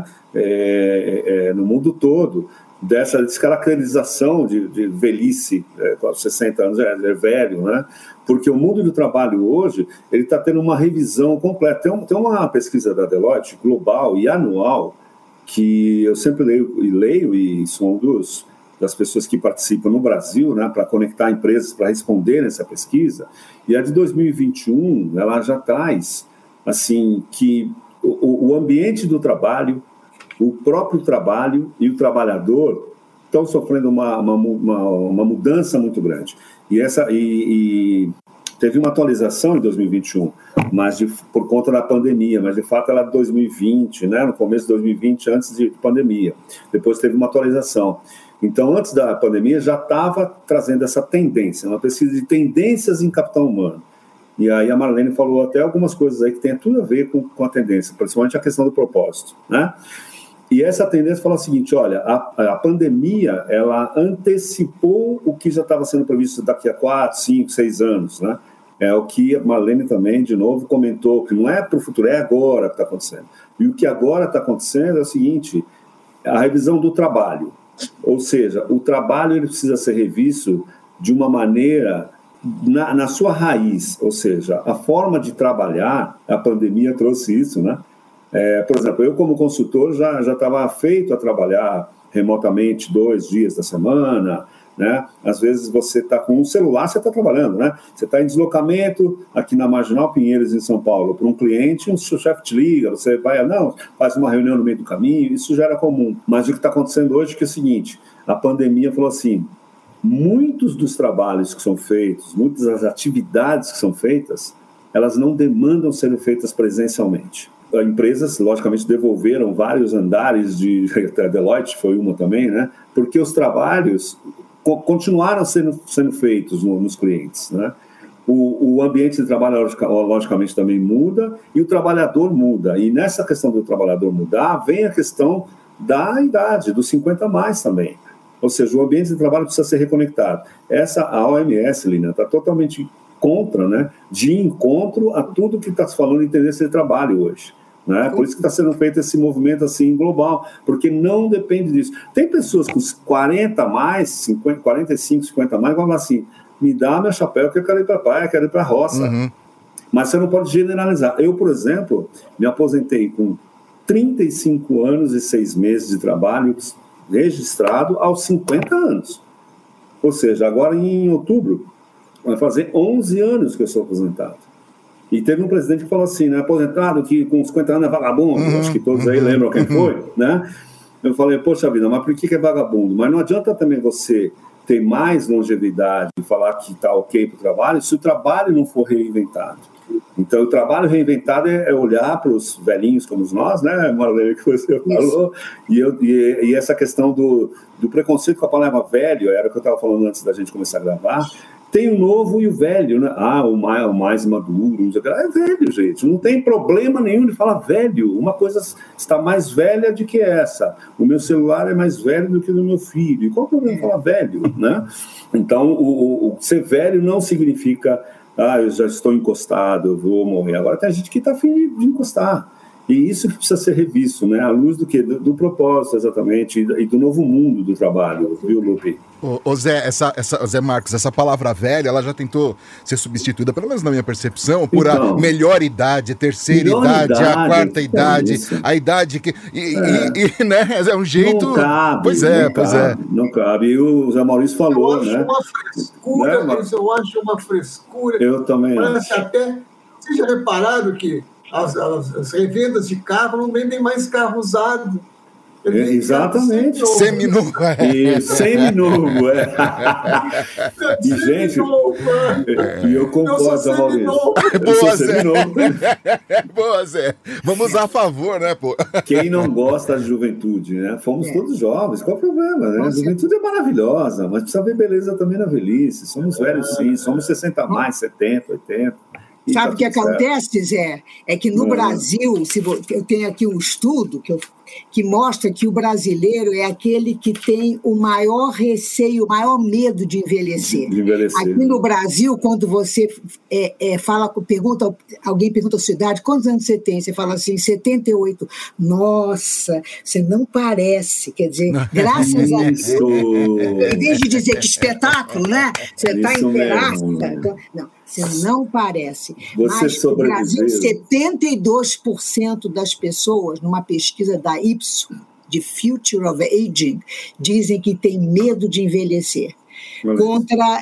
No mundo todo, dessa descaracterização de velhice, 60 anos é velho, né? Porque o mundo do trabalho hoje, ele está tendo uma revisão completa. Tem uma pesquisa da Deloitte, global e anual, que eu sempre leio e sou das pessoas que participam no Brasil, né, para conectar empresas para responder nessa pesquisa, e a de 2021, ela já traz, assim, que o ambiente do trabalho, o próprio trabalho e o trabalhador estão sofrendo uma mudança muito grande. E teve uma atualização em 2021, mas por conta da pandemia, mas de fato ela é de 2020, né, no começo de 2020, antes de pandemia. Depois teve uma atualização. Então, antes da pandemia, já estava trazendo essa tendência, uma pesquisa de tendências em capital humano. E aí a Marlene falou até algumas coisas aí que tem tudo a ver com a tendência, principalmente a questão do propósito, né? E essa tendência fala o seguinte, olha, a pandemia, ela antecipou o que já estava sendo previsto daqui a 4, 5, 6 anos, né? É o que a Marlene também, de novo, comentou, que não é para o futuro, é agora que está acontecendo. E o que agora está acontecendo é o seguinte, a revisão do trabalho. Ou seja, o trabalho ele precisa ser revisto de uma maneira na sua raiz, ou seja, a forma de trabalhar, a pandemia trouxe isso, né? Por exemplo, eu como consultor já estava feito a trabalhar remotamente 2 dias da semana, né? Às vezes você está com um celular, você está trabalhando, né? Você está em deslocamento aqui na Marginal Pinheiros, em São Paulo, para um cliente, o seu chefe te liga, você faz uma reunião no meio do caminho, isso já era comum. Mas o que está acontecendo hoje é que é o seguinte, a pandemia falou assim, muitos dos trabalhos que são feitos, muitas das atividades que são feitas, elas não demandam serem feitas presencialmente. Empresas, logicamente, devolveram vários andares a Deloitte foi uma também, né? Porque os trabalhos continuaram sendo feitos nos clientes, né? O ambiente de trabalho, logicamente, também muda e o trabalhador muda. E nessa questão do trabalhador mudar, vem a questão da idade, dos 50 a mais também. Ou seja, o ambiente de trabalho precisa ser reconectado. A OMS, Lina, está totalmente contra, né? De encontro a tudo que está se falando em tendência de trabalho hoje. Né? Por isso que está sendo feito esse movimento assim global, porque não depende disso. Tem pessoas com 40 a mais, 50, 45, 50 a mais, vão falar assim, me dá meu chapéu que eu quero ir para a praia, quero ir para a roça. Uhum. Mas você não pode generalizar. Eu, por exemplo, me aposentei com 35 anos e 6 meses de trabalho registrado aos 50 anos. Ou seja, agora em outubro, vai fazer 11 anos que eu sou aposentado. E teve um presidente que falou assim, né, aposentado que com 50 anos é vagabundo, acho que todos aí lembram quem foi, né? Eu falei, poxa vida, mas por que é vagabundo? Mas não adianta também você ter mais longevidade e falar que está ok para o trabalho, se o trabalho não for reinventado. Então, o trabalho reinventado é olhar para os velhinhos como nós, né, Marlene, que você falou, e essa questão do preconceito com a palavra velho, era o que eu estava falando antes da gente começar a gravar. Tem o novo e o velho, né? O mais maduro, é velho, gente. Não tem problema nenhum de falar velho. Uma coisa está mais velha do que essa. O meu celular é mais velho do que o do meu filho. E qual o problema de falar velho, né? Então, o ser velho não significa, eu já estou encostado, eu vou morrer. Agora tem gente que está afim de encostar. E isso que precisa ser revisto, né? À luz do quê? Do propósito, exatamente, e do novo mundo do trabalho, viu, Lupe? Zé Marcos, essa palavra velha, ela já tentou ser substituída, pelo menos na minha percepção, por a melhor idade, a terceira idade, a quarta idade, a idade que... né? É um jeito... Não cabe, pois é. Não cabe. E o Zé Maurício falou, né? Eu acho uma frescura, né, eu acho uma frescura. Eu também acho. Até, vocês já repararam que as revendas de carro não vendem mais carro usado. Exatamente. Seminovo. Seminovo, E, gente, e eu concordo, Maurício. Boa, Zé. Vamos usar a favor, né, pô? Quem não gosta de juventude, né? Fomos todos jovens, qual o problema, né? A juventude é maravilhosa, mas precisa ver beleza também na velhice. Somos velhos, sim. Somos 60 a mais, 70, 80. Sabe o que acontece, Zé? É que no Brasil, eu tenho aqui um estudo que mostra que o brasileiro é aquele que tem o maior receio, o maior medo de envelhecer. Aqui no Brasil, quando você alguém pergunta a sua idade, quantos anos você tem? Você fala assim, 78. Nossa, você não parece. Quer dizer, graças a isso. Em vez de dizer que espetáculo, né? Você está inteirasta. Não, você não parece. Mas no Brasil, 72% das pessoas, numa pesquisa da Ipsos, de Future of Aging, dizem que tem medo de envelhecer. Contra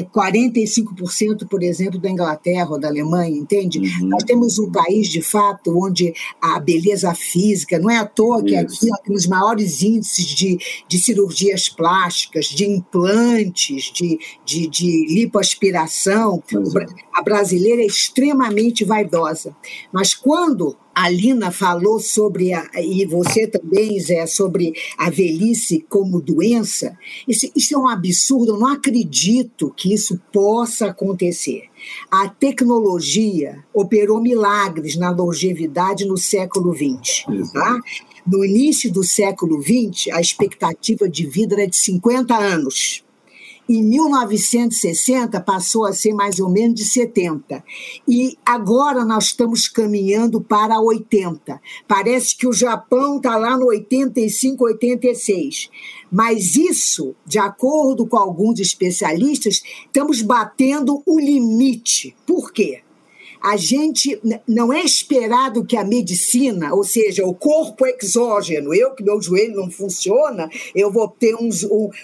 45%, por exemplo, da Inglaterra ou da Alemanha, entende? Nós temos um país, de fato, onde a beleza física, não é à toa que aqui nós temos maiores índices de cirurgias plásticas, de implantes, de lipoaspiração. A brasileira é extremamente vaidosa. Mas quando a Lina falou sobre, e você também, Zé, sobre a velhice como doença, isso é um absurdo, eu não acredito que isso possa acontecer. A tecnologia operou milagres na longevidade no século XX. Tá? No início do século XX, a expectativa de vida era de 50 anos. Em 1960, passou a ser mais ou menos de 70. E agora nós estamos caminhando para 80. Parece que o Japão está lá no 85, 86. Mas isso, de acordo com alguns especialistas, estamos batendo o limite. Por quê? A gente não é esperado que a medicina, ou seja, o corpo exógeno, que meu joelho não funciona, eu vou ter um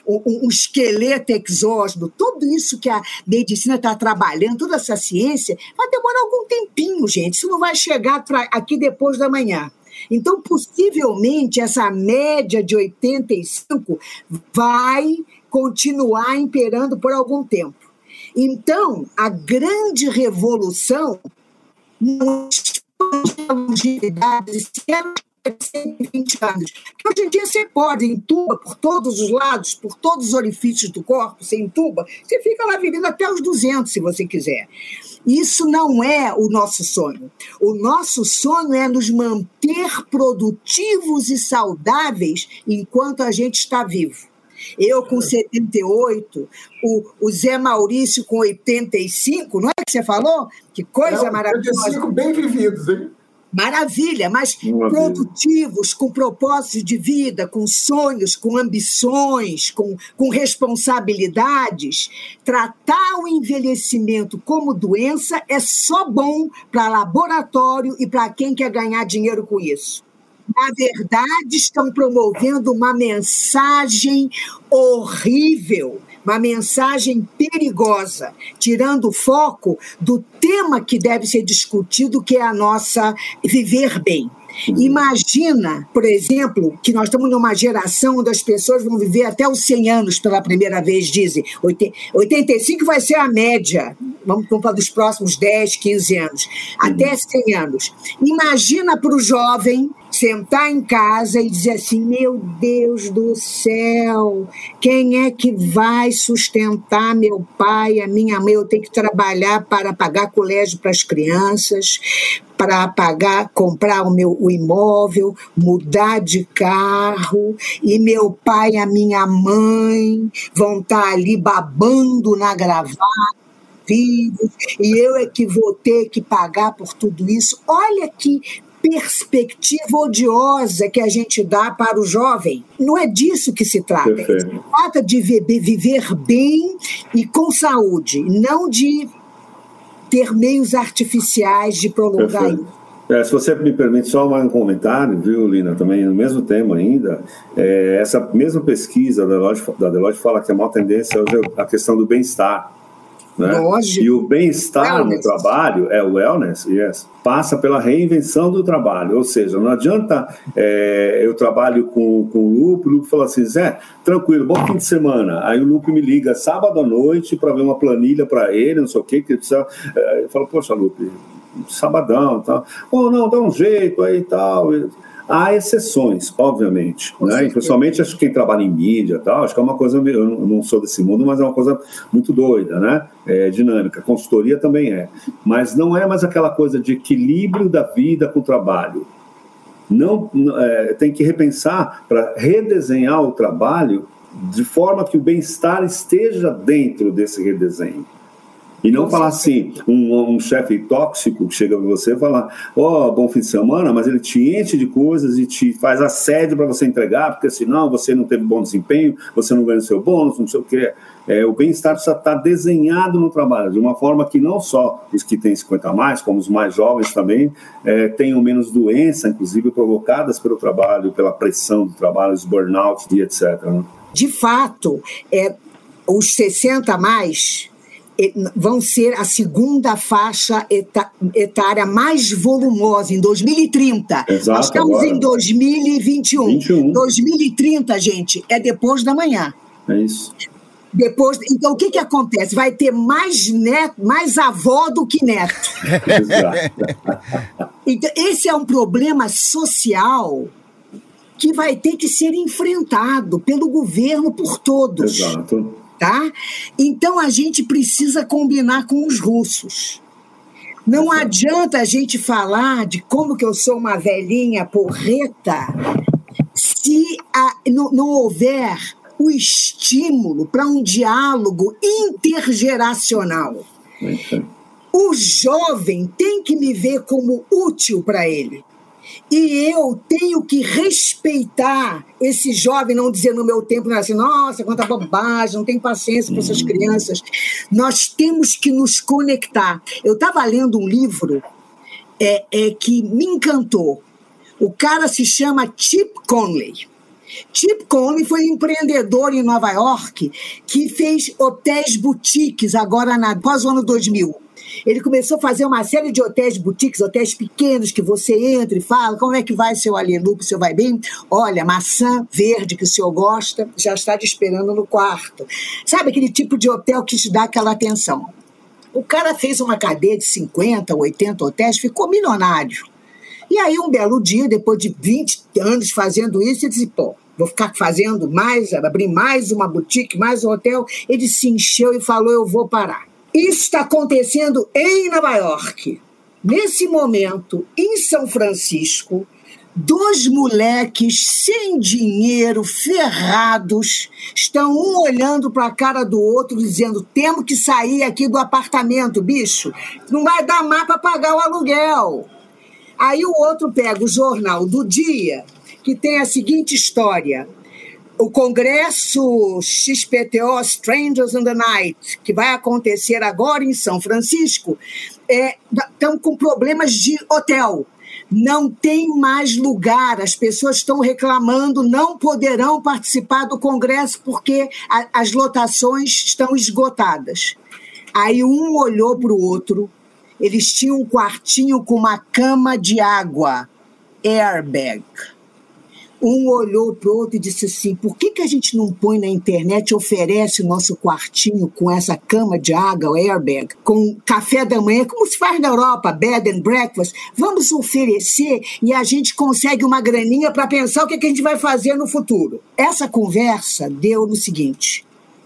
esqueleto exógeno. Tudo isso que a medicina está trabalhando, toda essa ciência, vai demorar algum tempinho, gente. Isso não vai chegar aqui depois da manhã. Então, possivelmente, essa média de 85 vai continuar imperando por algum tempo. Então, a grande revolução não é a longevidade, se ela é 120 anos. Porque hoje em dia você pode, entuba por todos os lados, por todos os orifícios do corpo, você entuba, você fica lá vivendo até os 200, se você quiser. Isso não é o nosso sonho. O nosso sonho é nos manter produtivos e saudáveis enquanto a gente está vivo. Eu com 78, o Zé Maurício com 85, não é que você falou? Que coisa maravilhosa. 85 bem vividos, hein? Maravilha, mas produtivos, com propósitos de vida, com sonhos, com ambições, com responsabilidades. Tratar o envelhecimento como doença é só bom para laboratório e para quem quer ganhar dinheiro com isso. Na verdade, estão promovendo uma mensagem horrível, uma mensagem perigosa, tirando o foco do tema que deve ser discutido, que é a nossa viver bem. Imagina, por exemplo, que nós estamos numa geração onde as pessoas vão viver até os 100 anos pela primeira vez, dizem. 85 vai ser a média, vamos falar dos próximos 10, 15 anos, até 100 anos. Imagina para o jovem sentar em casa e dizer assim, meu Deus do céu, quem é que vai sustentar meu pai, a minha mãe? Eu tenho que trabalhar para pagar colégio para as crianças, para comprar o imóvel, mudar de carro, e meu pai e a minha mãe vão estar ali babando na gravata, filhos, e eu é que vou ter que pagar por tudo isso. Olha que perspectiva odiosa que a gente dá para o jovem. Não é disso que se trata. Se trata de viver bem e com saúde, não de ter meios artificiais de prolongar isso. Se você me permite só um comentário, viu, Lina, também no mesmo tema ainda, essa mesma pesquisa da Deloitte fala que a maior tendência hoje é a questão do bem-estar. Né? E o bem-estar no trabalho, o wellness, passa pela reinvenção do trabalho, ou seja, não adianta eu trabalho com o Lupe fala assim, Zé, tranquilo, bom fim de semana, aí o Lupe me liga sábado à noite para ver uma planilha para ele, não sei o que precisa, eu falo, poxa, Lupe, sabadão, tal, não, dá um jeito aí e tal, Há exceções, obviamente, né? E principalmente acho que quem trabalha em mídia e tal, acho que é uma coisa, eu não sou desse mundo, mas é uma coisa muito doida, né? É dinâmica, consultoria também é, mas não é mais aquela coisa de equilíbrio da vida com o trabalho. Não, tem que repensar para redesenhar o trabalho de forma que o bem-estar esteja dentro desse redesenho. E não falar assim, um chefe tóxico que chega para você e falar, bom fim de semana, mas ele te enche de coisas e te faz assédio para você entregar, porque senão você não teve bom desempenho, você não ganha o seu bônus, não sei o que. O bem-estar precisa estar desenhado no trabalho, de uma forma que não só os que têm 50 a mais, como os mais jovens também, tenham menos doença, inclusive provocadas pelo trabalho, pela pressão do trabalho, os burnouts e etc. Né? De fato, os 60 a mais vão ser a segunda faixa etária mais volumosa em 2030. Exato, nós estamos agora. Em 2021. 2030, gente, é depois da manhã. É isso. Então, o que acontece? Vai ter mais avó do que neto. Exato. Então, esse é um problema social que vai ter que ser enfrentado pelo governo, por todos. Exato. Tá? Então, a gente precisa combinar com os russos. Não adianta a gente falar de como que eu sou uma velhinha porreta se não houver o estímulo para um diálogo intergeracional. O jovem tem que me ver como útil para ele. E eu tenho que respeitar esse jovem, não dizer no meu tempo, assim, nossa, quanta bobagem, não tenho paciência com essas crianças. Nós temos que nos conectar. Eu estava lendo um livro que me encantou. O cara se chama Chip Conley. Chip Conley foi um empreendedor em Nova York que fez hotéis boutiques agora após o ano 2000. Ele começou a fazer uma série de hotéis boutiques, hotéis pequenos, que você entra e fala, como é que vai seu Aleluia, o senhor vai bem? Olha, maçã verde que o senhor gosta, já está te esperando no quarto. Sabe aquele tipo de hotel que te dá aquela atenção? O cara fez uma cadeia de 50, 80 hotéis, ficou milionário. E aí, um belo dia, depois de 20 anos fazendo isso, ele disse, vou ficar fazendo mais, abrir mais uma boutique, mais um hotel. Ele se encheu e falou, eu vou parar. Isso está acontecendo em Nova York. Nesse momento, em São Francisco, 2 moleques sem dinheiro, ferrados, estão um olhando para a cara do outro, dizendo, temos que sair aqui do apartamento, bicho. Não vai dar mais para pagar o aluguel. Aí o outro pega o jornal do dia, que tem a seguinte história. O Congresso XPTO, Strangers in the Night, que vai acontecer agora em São Francisco, estão com problemas de hotel. Não tem mais lugar, as pessoas estão reclamando, não poderão participar do Congresso porque as lotações estão esgotadas. Aí um olhou para o outro, eles tinham um quartinho com uma cama de água, airbag. Um olhou para o outro e disse assim, por que a gente não põe na internet e oferece o nosso quartinho com essa cama de água, airbag, com café da manhã, como se faz na Europa, bed and breakfast? Vamos oferecer e a gente consegue uma graninha para pensar o que a gente vai fazer no futuro. Essa conversa deu no seguinte,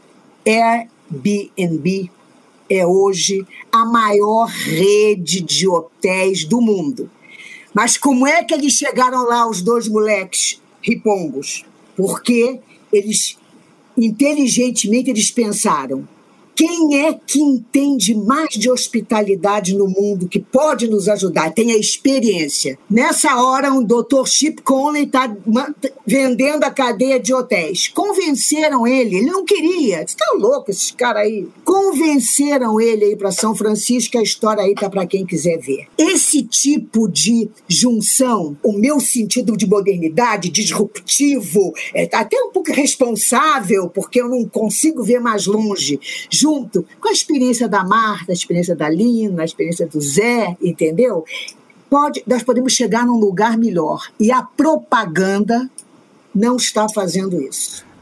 Airbnb é hoje a maior rede de hotéis do mundo. Mas como é que eles chegaram lá, os 2 moleques ripongos? Porque eles, inteligentemente, eles pensaram, quem é que entende mais de hospitalidade no mundo, que pode nos ajudar, tem a experiência? Nessa hora, um Dr. Chip Conley está vendendo a cadeia de hotéis. Convenceram ele não queria. Você está louco, esses caras aí? Convenceram ele aí para São Francisco, a história aí está para quem quiser ver. Esse tipo de junção, o meu sentido de modernidade, disruptivo, até um pouco responsável, porque eu não consigo ver mais longe, junto com a experiência da Marta, a experiência da Lina, a experiência do Zé, entendeu? Nós podemos chegar num lugar melhor. E a propaganda não está fazendo isso.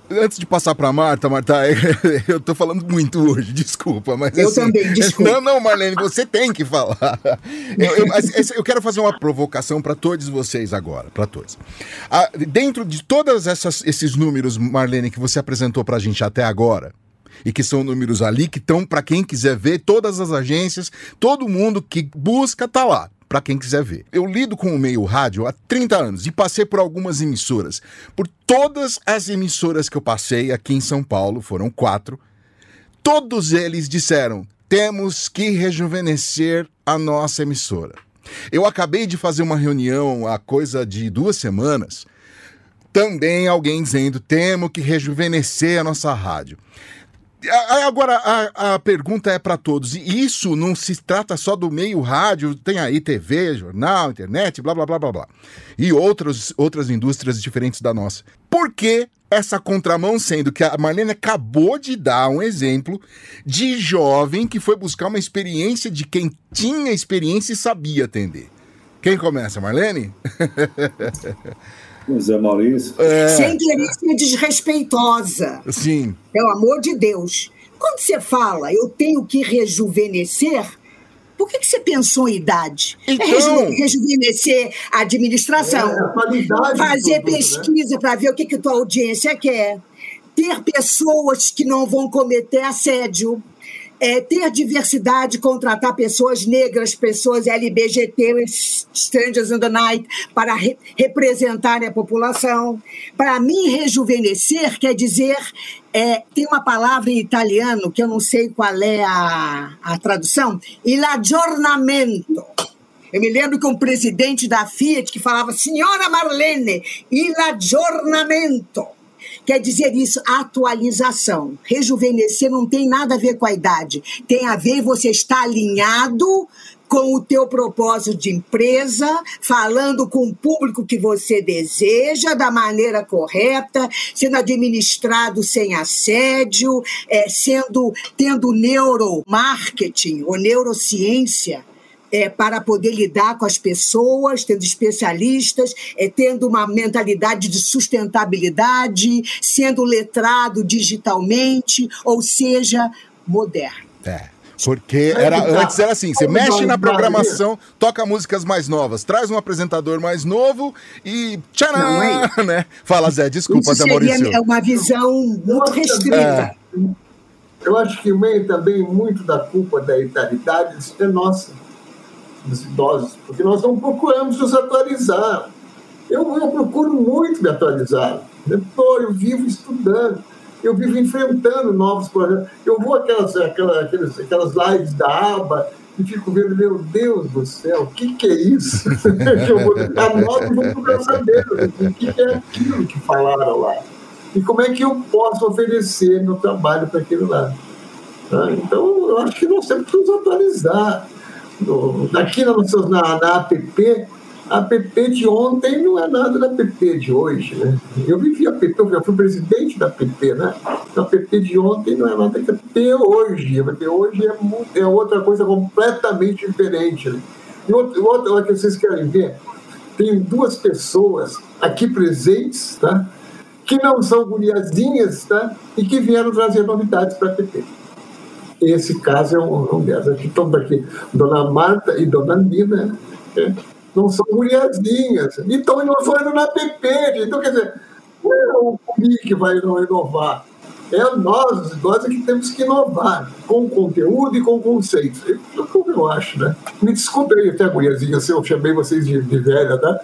Antes de passar para Marta, eu tô falando muito hoje, desculpa, mas eu assim, também, desculpa. Não, Marlene, você tem que falar. Eu quero fazer uma provocação para todos vocês agora, para todos. Dentro de todos esses números, Marlene, que você apresentou para a gente até agora, e que são números ali que estão para quem quiser ver, todas as agências, todo mundo que busca tá lá. Para quem quiser ver. Eu lido com o meio rádio há 30 anos e passei por algumas emissoras. Por todas as emissoras que eu passei aqui em São Paulo, foram 4, todos eles disseram, temos que rejuvenescer a nossa emissora. Eu acabei de fazer uma reunião há coisa de 2 semanas, também alguém dizendo, temos que rejuvenescer a nossa rádio. Agora, a pergunta é para todos. E isso não se trata só do meio rádio, tem aí TV, jornal, internet, blá, blá, blá, blá, blá. E outras indústrias diferentes da nossa. Por que essa contramão, sendo que a Marlene acabou de dar um exemplo de jovem que foi buscar uma experiência de quem tinha experiência e sabia atender? Quem começa, Marlene? Zé Maurício. Sem querer ser desrespeitosa. Sim. Pelo amor de Deus. Quando você fala, eu tenho que rejuvenescer, por que você pensou em idade? Então... rejuvenescer a administração, fazer pesquisa, né? Para ver o que tua audiência quer, ter pessoas que não vão cometer assédio, ter diversidade, contratar pessoas negras, pessoas LGBT, strangers in the night, para representarem a população. Para mim, rejuvenescer quer dizer, tem uma palavra em italiano, que eu não sei qual é a tradução, il aggiornamento. Eu me lembro que um presidente da Fiat que falava, Senhora Marlene, il aggiornamento. Quer dizer isso, atualização. Rejuvenescer não tem nada a ver com a idade. Tem a ver você estar alinhado com o teu propósito de empresa, falando com o público que você deseja, da maneira correta, sendo administrado sem assédio, tendo neuromarketing ou neurociência, para poder lidar com as pessoas, tendo especialistas, tendo uma mentalidade de sustentabilidade, sendo letrado digitalmente, ou seja, moderno. Porque antes era assim, você mexe na programação, toca músicas mais novas, traz um apresentador mais novo e tcharam, né? Fala, Zé, desculpa, Zé Maurício. É uma visão muito restrita. Eu acho que meio também muito da culpa da idade é nossa, dos idosos, porque nós não procuramos nos atualizar. Eu procuro muito me atualizar. Eu vivo estudando, eu vivo enfrentando novos projetos. Eu vou aquelas lives da aba e fico vendo, meu Deus do céu, o que é isso? Que eu vou anotar e vou procurar saber o que é aquilo que falaram lá. E como é que eu posso oferecer meu trabalho para aquele lado. Então, eu acho que nós temos que nos atualizar. Aqui na app, a app de ontem não é nada da app de hoje, né? Eu vivi a app, eu já fui presidente da app, né? A app de ontem não é nada da app hoje. A app hoje é outra coisa completamente diferente. Né? E outra que vocês querem ver, tem 2 pessoas aqui presentes, tá? Que não são guriazinhas, tá? E que vieram trazer novidades para a app. Esse caso é um delas. Aqui estão aqui, Dona Marta e Dona Nina, né? Não são guriazinhas. Então, não foram na app. Então, quer dizer, não é o Guri que vai inovar. É nós, os idosos, que temos que inovar com conteúdo e com conceitos. É o que eu acho, né? Me desculpe aí até, guriazinha, se eu chamei vocês de velha, tá?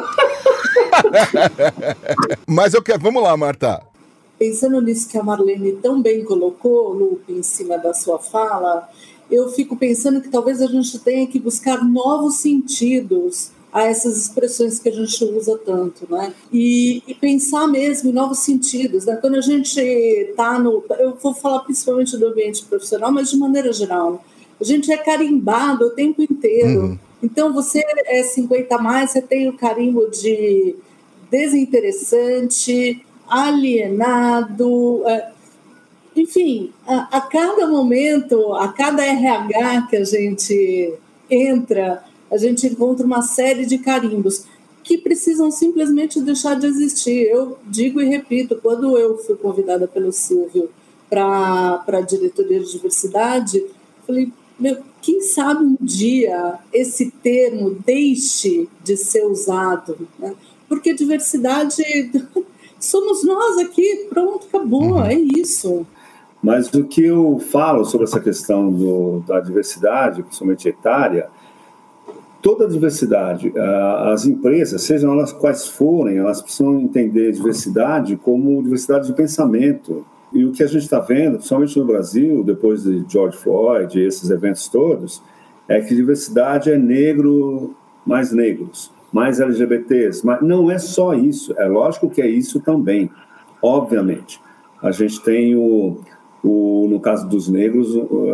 Mas vamos lá, Marta. Pensando nisso que a Marlene tão bem colocou, Lupe, em cima da sua fala, eu fico pensando que talvez a gente tenha que buscar novos sentidos a essas expressões que a gente usa tanto, né? E pensar mesmo em novos sentidos, né? Quando a gente está eu vou falar principalmente do ambiente profissional, mas de maneira geral, né? A gente é carimbado o tempo inteiro. Uhum. Então, você é 50 a mais, você tem o carimbo de desinteressante, alienado, enfim, a cada momento, a cada RH que a gente entra, a gente encontra uma série de carimbos. que precisam simplesmente deixar de existir. Eu digo e repito, quando eu fui convidada pelo Silvio para a diretoria de diversidade, falei, quem sabe um dia esse termo deixe de ser usado, né? Porque diversidade somos nós aqui, pronto, acabou, é isso. Mas o que eu falo sobre essa questão da diversidade, principalmente etária, toda a diversidade, as empresas, sejam elas quais forem, elas precisam entender diversidade como diversidade de pensamento. E o que a gente está vendo, principalmente no Brasil, depois de George Floyd e esses eventos todos, é que diversidade é negro, mais negros, mais LGBTs. Mas não é só isso, é lógico que é isso também, obviamente. A gente tem no caso dos negros,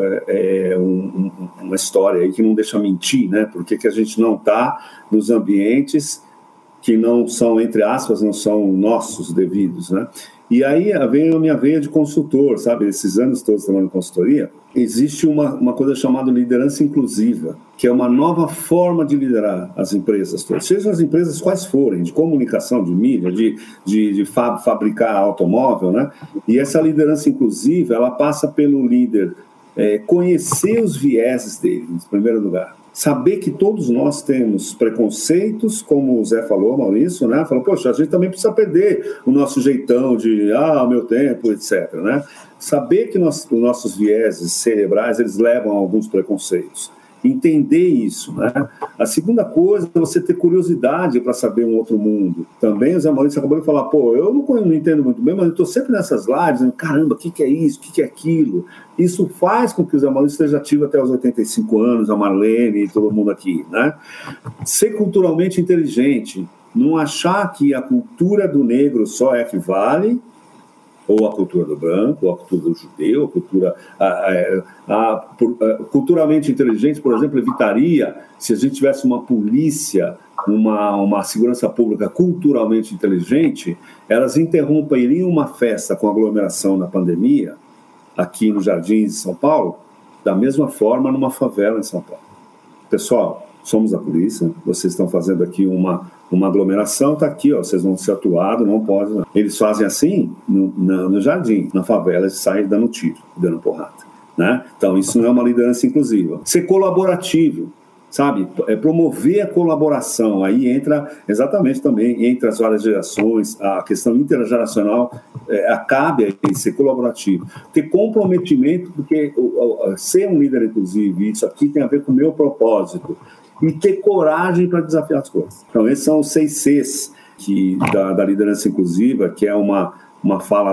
uma história aí que não deixa mentir, né? Por que a gente não está nos ambientes que não são, entre aspas, não são nossos devidos, né? E aí vem a minha veia de consultor, sabe? Esses anos todos trabalhando em consultoria, existe uma coisa chamada liderança inclusiva, que é uma nova forma de liderar as empresas todas, sejam as empresas quais forem, de comunicação, de mídia, de fabricar automóvel, né? E essa liderança inclusiva, ela passa pelo líder conhecer os vieses dele, em primeiro lugar. Saber que todos nós temos preconceitos, como o Zé falou, Maurício, né? Falou, poxa, a gente também precisa perder o nosso jeitão de, meu tempo, etc., né? Saber que os nossos vieses cerebrais, eles levam a alguns preconceitos. Entender isso, né? A segunda coisa é você ter curiosidade para saber um outro mundo. Também o Zé Maurício acabou de falar, eu não entendo muito bem, mas eu estou sempre nessas lives, dizendo, caramba, o que é isso, o que é aquilo? Isso faz com que o Zé Maurício esteja ativo até os 85 anos, a Marlene e todo mundo aqui, né? Ser culturalmente inteligente, não achar que a cultura do negro só é que vale, ou a cultura do branco, ou a cultura do judeu, a cultura culturalmente inteligente, por exemplo, evitaria, se a gente tivesse uma polícia, uma segurança pública culturalmente inteligente, elas interromperiam uma festa com aglomeração na pandemia, aqui nos Jardins de São Paulo, da mesma forma numa favela em São Paulo. Pessoal, somos a polícia, vocês estão fazendo aqui uma aglomeração, está aqui, vocês vão ser atuados, não pode. Não. Eles fazem assim no jardim, na favela, eles saem dando tiro, dando porrada, né? Então, isso não é uma liderança inclusiva. Ser colaborativo, sabe? Promover a colaboração, aí entra exatamente também entre as várias gerações, a questão intergeracional cabe aí ser colaborativo. Ter comprometimento, porque ser um líder inclusivo, isso aqui tem a ver com o meu propósito, e ter coragem para desafiar as coisas. Então, esses são os 6 Cs da liderança inclusiva, que é uma fala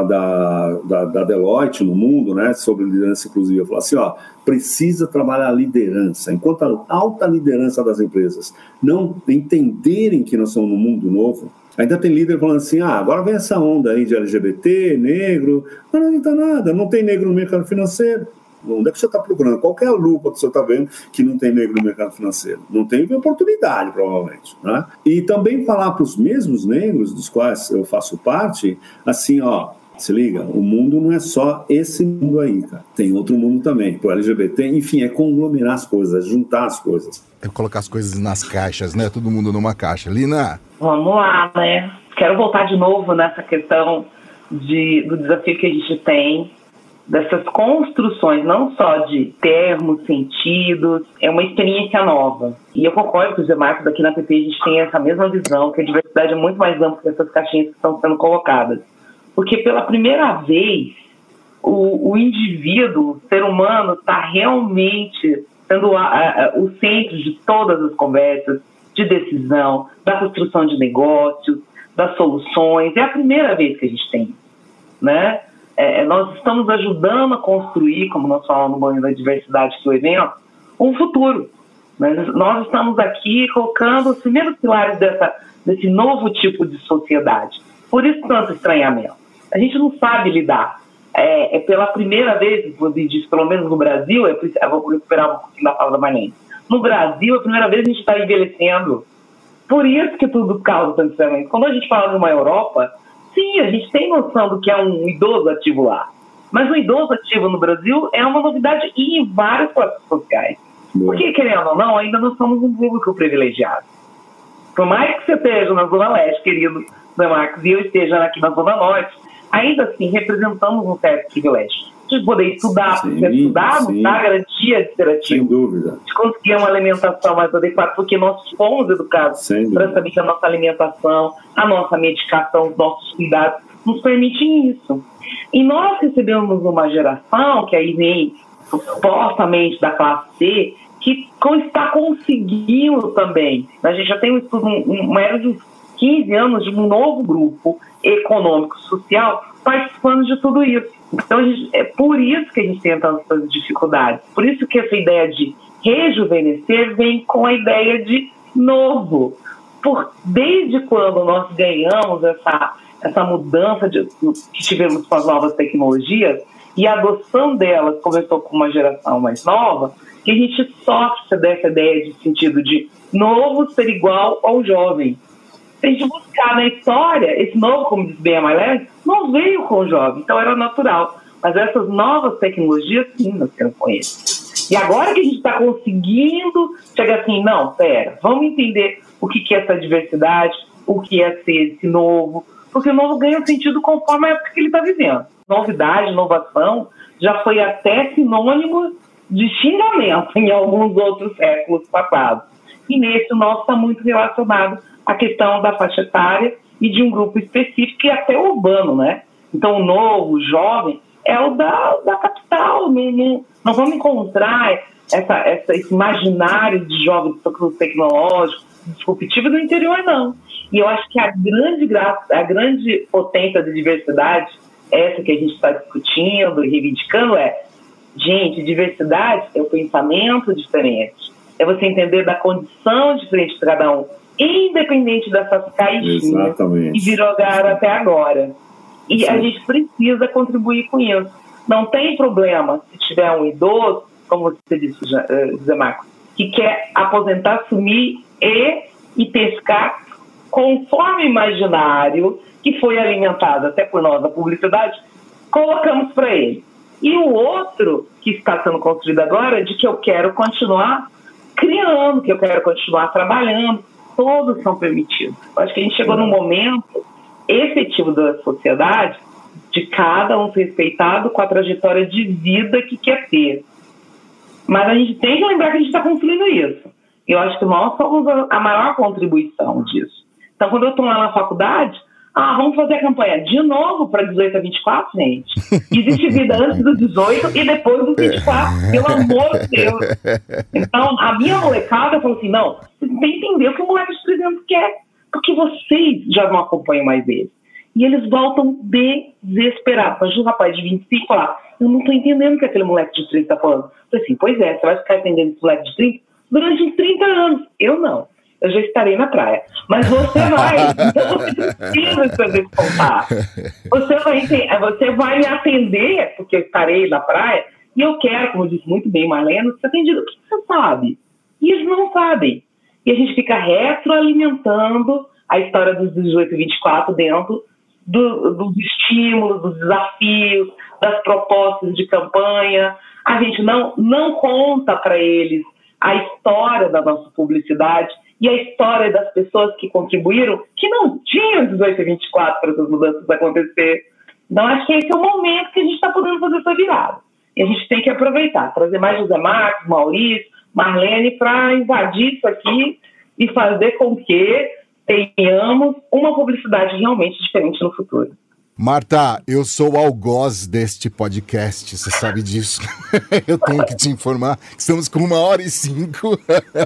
da Deloitte no mundo, né, sobre liderança inclusiva. Fala assim, precisa trabalhar a liderança. Enquanto a alta liderança das empresas não entenderem que nós somos num mundo novo, ainda tem líder falando assim, agora vem essa onda aí de LGBT, negro, mas não adianta nada, não tem negro no mercado financeiro. Onde é que você está procurando? Qual é a lupa que você está vendo que não tem negro no mercado financeiro? Não tem oportunidade, provavelmente, né? E também falar para os mesmos negros, dos quais eu faço parte, assim, se liga, o mundo não é só esse mundo aí, cara. Tem outro mundo também. Para o LGBT, enfim, é conglomerar as coisas, juntar as coisas. É colocar as coisas nas caixas, né? Todo mundo numa caixa. Lina? Vamos lá, né? Quero voltar de novo nessa questão do desafio que a gente tem, dessas construções, não só de termos, sentidos, é uma experiência nova. E eu concordo com o Zé Marcos, aqui na PP a gente tem essa mesma visão, que a diversidade é muito mais ampla que essas caixinhas que estão sendo colocadas. Porque pela primeira vez, o indivíduo, o ser humano, está realmente sendo o centro de todas as conversas, de decisão, da construção de negócios, das soluções. É a primeira vez que a gente tem, né? Nós estamos ajudando a construir, como nós falamos no Banho da Diversidade do evento, um futuro. Nós estamos aqui colocando os primeiros pilares desse novo tipo de sociedade. Por isso tanto estranhamento. A gente não sabe lidar. Pela primeira vez, pelo menos no Brasil, eu vou recuperar um pouquinho da fala da Marlene. No Brasil, a primeira vez a gente está envelhecendo. Por isso que tudo causa tanto estranhamento. Quando a gente fala de uma Europa, sim, a gente tem noção do que é um idoso ativo lá. Mas o idoso ativo no Brasil é uma novidade e em várias classes sociais. Porque, querendo ou não, ainda não somos um público privilegiado. Por mais que você esteja na Zona Leste, querido Zé Marcos, e eu esteja aqui na Zona Norte, ainda assim representamos um certo privilégio. De poder estudar, porque estudar não dá garantia de ser ativo. Sem dúvida. De conseguir uma alimentação mais adequada, porque nós fomos educados para saber que a nossa alimentação, a nossa medicação, os nossos cuidados nos permitem isso. E nós recebemos uma geração, que aí vem supostamente da classe C, que está conseguindo também. A gente já tem um estudo, uma era de 15 anos de um novo grupo econômico, social, participando de tudo isso. Então, é por isso que a gente tem tantas dificuldades. Por isso que essa ideia de rejuvenescer vem com a ideia de novo. Desde quando nós ganhamos essa mudança que tivemos com as novas tecnologias, e a adoção delas começou com uma geração mais nova, que a gente sofre dessa ideia de sentido de novo ser igual ao jovem. Se a gente buscar na história, esse novo, como diz bem a Marlene, não veio com o jovem, então era natural. Mas essas novas tecnologias, sim, nós temos com eles. E agora que a gente está conseguindo chegar assim, não, pera, vamos entender o que é essa diversidade, o que é ser esse novo, porque o novo ganha um sentido conforme a época que ele está vivendo. Novidade, inovação, já foi até sinônimo de xingamento em alguns outros séculos passados. E nesse o nosso está muito relacionado à questão da faixa etária e de um grupo específico e até urbano, né? Então o novo, o jovem, é o da capital. Não vamos encontrar esse imaginário de jovem tecnológico, disruptivo do interior, não. E eu acho que a grande potência da diversidade, essa que a gente está discutindo e reivindicando, gente, diversidade é o pensamento diferente. É você entender da condição diferente de cada um, independente dessas caixinhas. Exatamente. Que virogaram até agora. E sim, a gente precisa contribuir com isso. Não tem problema se tiver um idoso, como você disse, Zé Marcos, que quer aposentar, assumir e pescar conforme o imaginário que foi alimentado até por nós, a publicidade, colocamos para ele. E o outro que está sendo construído agora, de que eu quero continuar criando, que eu quero continuar trabalhando, todos são permitidos. Eu acho que a gente chegou num momento efetivo da sociedade de cada um ser respeitado com a trajetória de vida que quer ter. Mas a gente tem que lembrar que a gente está construindo isso. Eu acho que nós somos a maior contribuição disso. Então, quando eu estou lá na faculdade, vamos fazer a campanha de novo para 18 a 24, gente. Existe vida antes dos 18 e depois dos 24, pelo amor de Deus. Então, a minha molecada falou assim, não, você tem que entender o que o moleque de 3 anos quer, porque vocês já não acompanham mais eles. E eles voltam desesperados. Mas o rapaz de 25 lá, eu não estou entendendo o que aquele moleque de 30 está falando. Eu falei assim, pois é, você vai ficar entendendo esse moleque de 30 durante uns 30 anos. Eu não. Eu já estarei na praia. Mas você vai. Então você precisa fazer esse contato. Você vai me atender, porque eu estarei na praia, e eu quero, como disse muito bem Marlene, ser atendido. O que você sabe? E eles não sabem. E a gente fica retroalimentando a história dos 18 e 24 dentro dos estímulos, dos desafios, das propostas de campanha. A gente não conta para eles a história da nossa publicidade e a história das pessoas que contribuíram, que não tinham 18 e 24 para essas mudanças acontecer. Então, acho que esse é o momento que a gente está podendo fazer essa virada. E a gente tem que aproveitar, trazer mais José Marcos, Maurício, Marlene, para invadir isso aqui e fazer com que tenhamos uma publicidade realmente diferente no futuro. Marta, eu sou o algoz deste podcast, você sabe disso. Eu tenho que te informar que estamos com 1h05.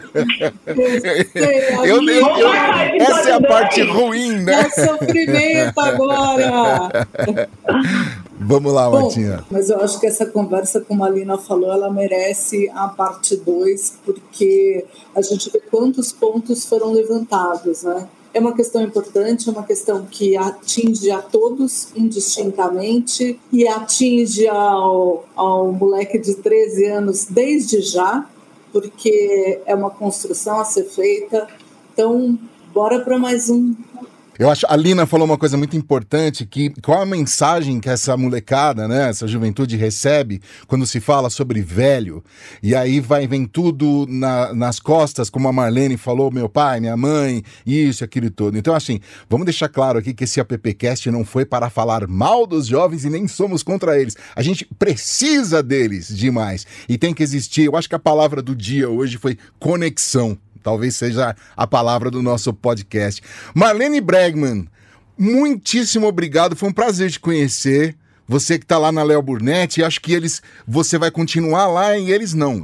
Essa é a parte ruim, né? É sofrimento agora. Vamos lá, Martinha. Mas eu acho que essa conversa, como a Lina falou, ela merece a parte 2, porque a gente vê quantos pontos foram levantados, né? É uma questão importante, é uma questão que atinge a todos indistintamente e atinge ao moleque de 13 anos desde já, porque é uma construção a ser feita. Então, bora para mais um. Eu acho, a Lina falou uma coisa muito importante, que qual a mensagem que essa molecada, né, essa juventude recebe quando se fala sobre velho, e aí vem tudo nas costas, como a Marlene falou, meu pai, minha mãe, isso, aquilo e tudo. Então, assim, vamos deixar claro aqui que esse AppCast não foi para falar mal dos jovens e nem somos contra eles. A gente precisa deles demais. E tem que existir, eu acho que a palavra do dia hoje foi conexão. Talvez seja a palavra do nosso podcast. Marlene Bregman, muitíssimo obrigado. Foi um prazer te conhecer. Você que está lá na Léo Burnett, acho que você vai continuar lá e eles não.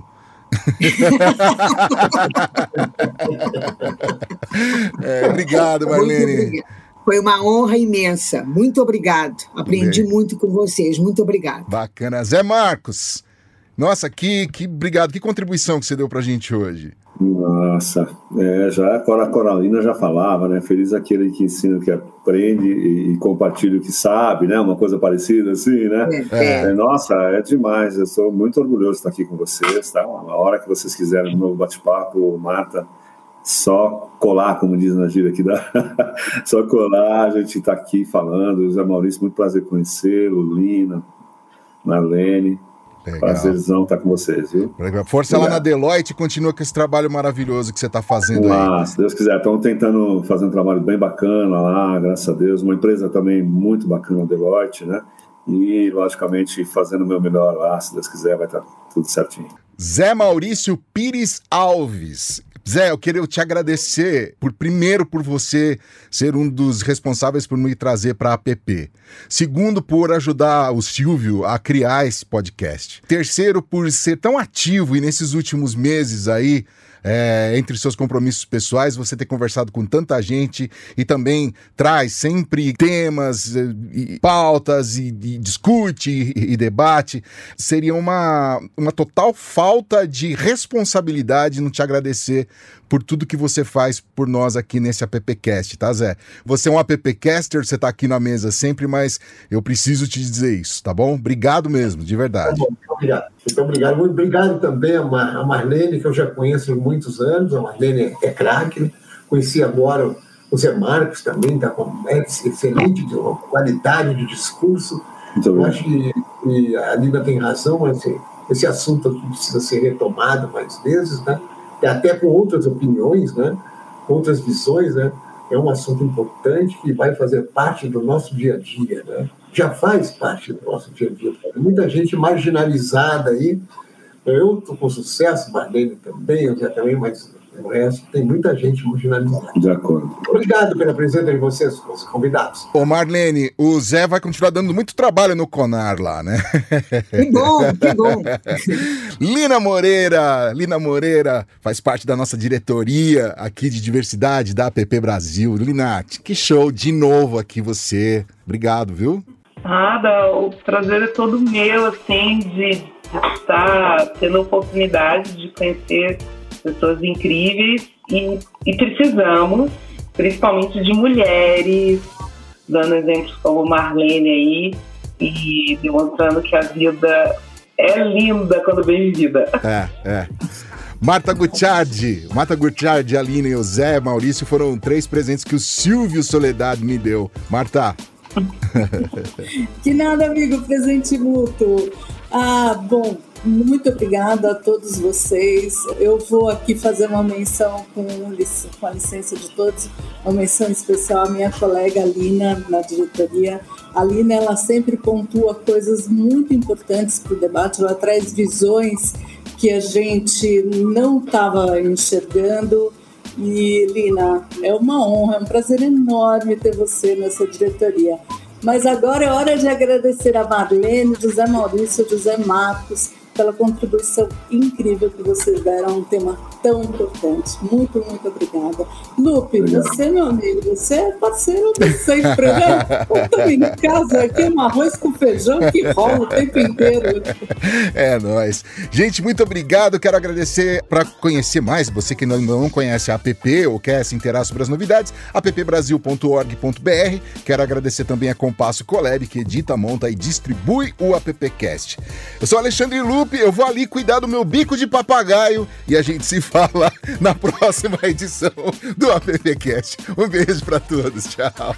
Obrigado, Marlene. Foi uma honra imensa. Muito obrigado. Aprendi muito com vocês. Muito obrigado. Bacana. Zé Marcos, nossa, obrigado. Que contribuição que você deu para a gente hoje. Nossa, já a Coralina já falava, né? Feliz aquele que ensina o que aprende e compartilha o que sabe, né? Uma coisa parecida assim, né? Nossa, é demais. Eu sou muito orgulhoso de estar aqui com vocês, tá? A hora que vocês quiserem um novo bate-papo, Marta, só colar, como diz na gíria aqui, só colar, a gente está aqui falando. Zé Maurício, muito prazer conhecê-lo, Lina, Marlene. Legal. Prazerzão estar com vocês, viu? Força lá na Deloitte e continua com esse trabalho maravilhoso que você está fazendo aí. Se Deus quiser. Estamos tentando fazer um trabalho bem bacana lá, graças a Deus. Uma empresa também muito bacana, a Deloitte, né? E, logicamente, fazendo o meu melhor lá, se Deus quiser, vai estar tudo certinho. Zé Maurício Pires Alves. Zé, eu queria te agradecer primeiro por você ser um dos responsáveis por me trazer para a APP. Segundo, por ajudar o Silvio a criar esse podcast. Terceiro, por ser tão ativo e nesses últimos meses aí, entre seus compromissos pessoais, você ter conversado com tanta gente e também traz sempre temas e pautas e discute e debate. Seria uma total falta de responsabilidade não te agradecer por tudo que você faz por nós aqui nesse AppCast, tá, Zé? Você é um AppCaster, você tá aqui na mesa sempre, mas eu preciso te dizer isso, tá bom? Obrigado mesmo, de verdade. Tá bom, obrigado. Muito obrigado. Muito obrigado também a Marlene, que eu já conheço há muitos anos. A Marlene é craque, né? Conheci agora o Zé Marcos também, está com excelente qualidade de discurso. Eu acho que a Lina tem razão, mas esse assunto aqui precisa ser retomado mais vezes, né? Até com outras opiniões, né? Outras visões, né? É um assunto importante que vai fazer parte do nosso dia a dia, né? Já faz parte do nosso dia a dia. Muita gente marginalizada aí. Eu estou com sucesso, Marlene também, eu já também, mas o resto tem muita gente marginalizada. De acordo. Obrigado pela presença de vocês, os convidados. Ô Marlene, o Zé vai continuar dando muito trabalho no Conar lá, né? Que bom, que bom. Lina Moreira faz parte da nossa diretoria aqui de diversidade da APP Brasil. Lina, que show de novo aqui você. Obrigado, viu? Nada, o prazer é todo meu, assim, de estar tendo a oportunidade de conhecer pessoas incríveis e precisamos, principalmente de mulheres, dando exemplos como Marlene aí e demonstrando que a vida é linda quando bem vivida. Marta Guttiardi, a Lina e o Zé Maurício foram 3 presentes que o Silvio Soledade me deu. Marta. Que nada, amigo, presente mútuo. Bom, muito obrigada a todos vocês. Eu vou aqui fazer uma menção com a licença de todos, uma menção especial à minha colega Lina, na diretoria. A Lina, ela sempre pontua coisas muito importantes para o debate, ela traz visões que a gente não estava enxergando. E, Lina, é uma honra, é um prazer enorme ter você nessa diretoria. Mas agora é hora de agradecer a Marlene, José Maurício, José Marcos, pela contribuição incrível que vocês deram a um tema tão importante. Muito, muito obrigada. Lupe, você, meu amigo, você é parceiro do sempre, né? Eu também em casa, aqui é um arroz com feijão que rola o tempo inteiro. É nóis. Gente, muito obrigado. Quero agradecer, para conhecer mais, você que não conhece a APP ou quer se inteirar sobre as novidades, appbrasil.org.br. Quero agradecer também a Compasso Colab, que edita, monta e distribui o AppCast. Eu sou Alexandre Lupe. Lupe, eu vou ali cuidar do meu bico de papagaio e a gente se fala na próxima edição do AppCast. Um beijo pra todos, tchau.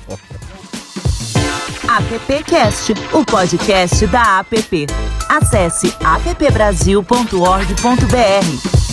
AppCast, o podcast da App. Acesse appbrasil.org.br.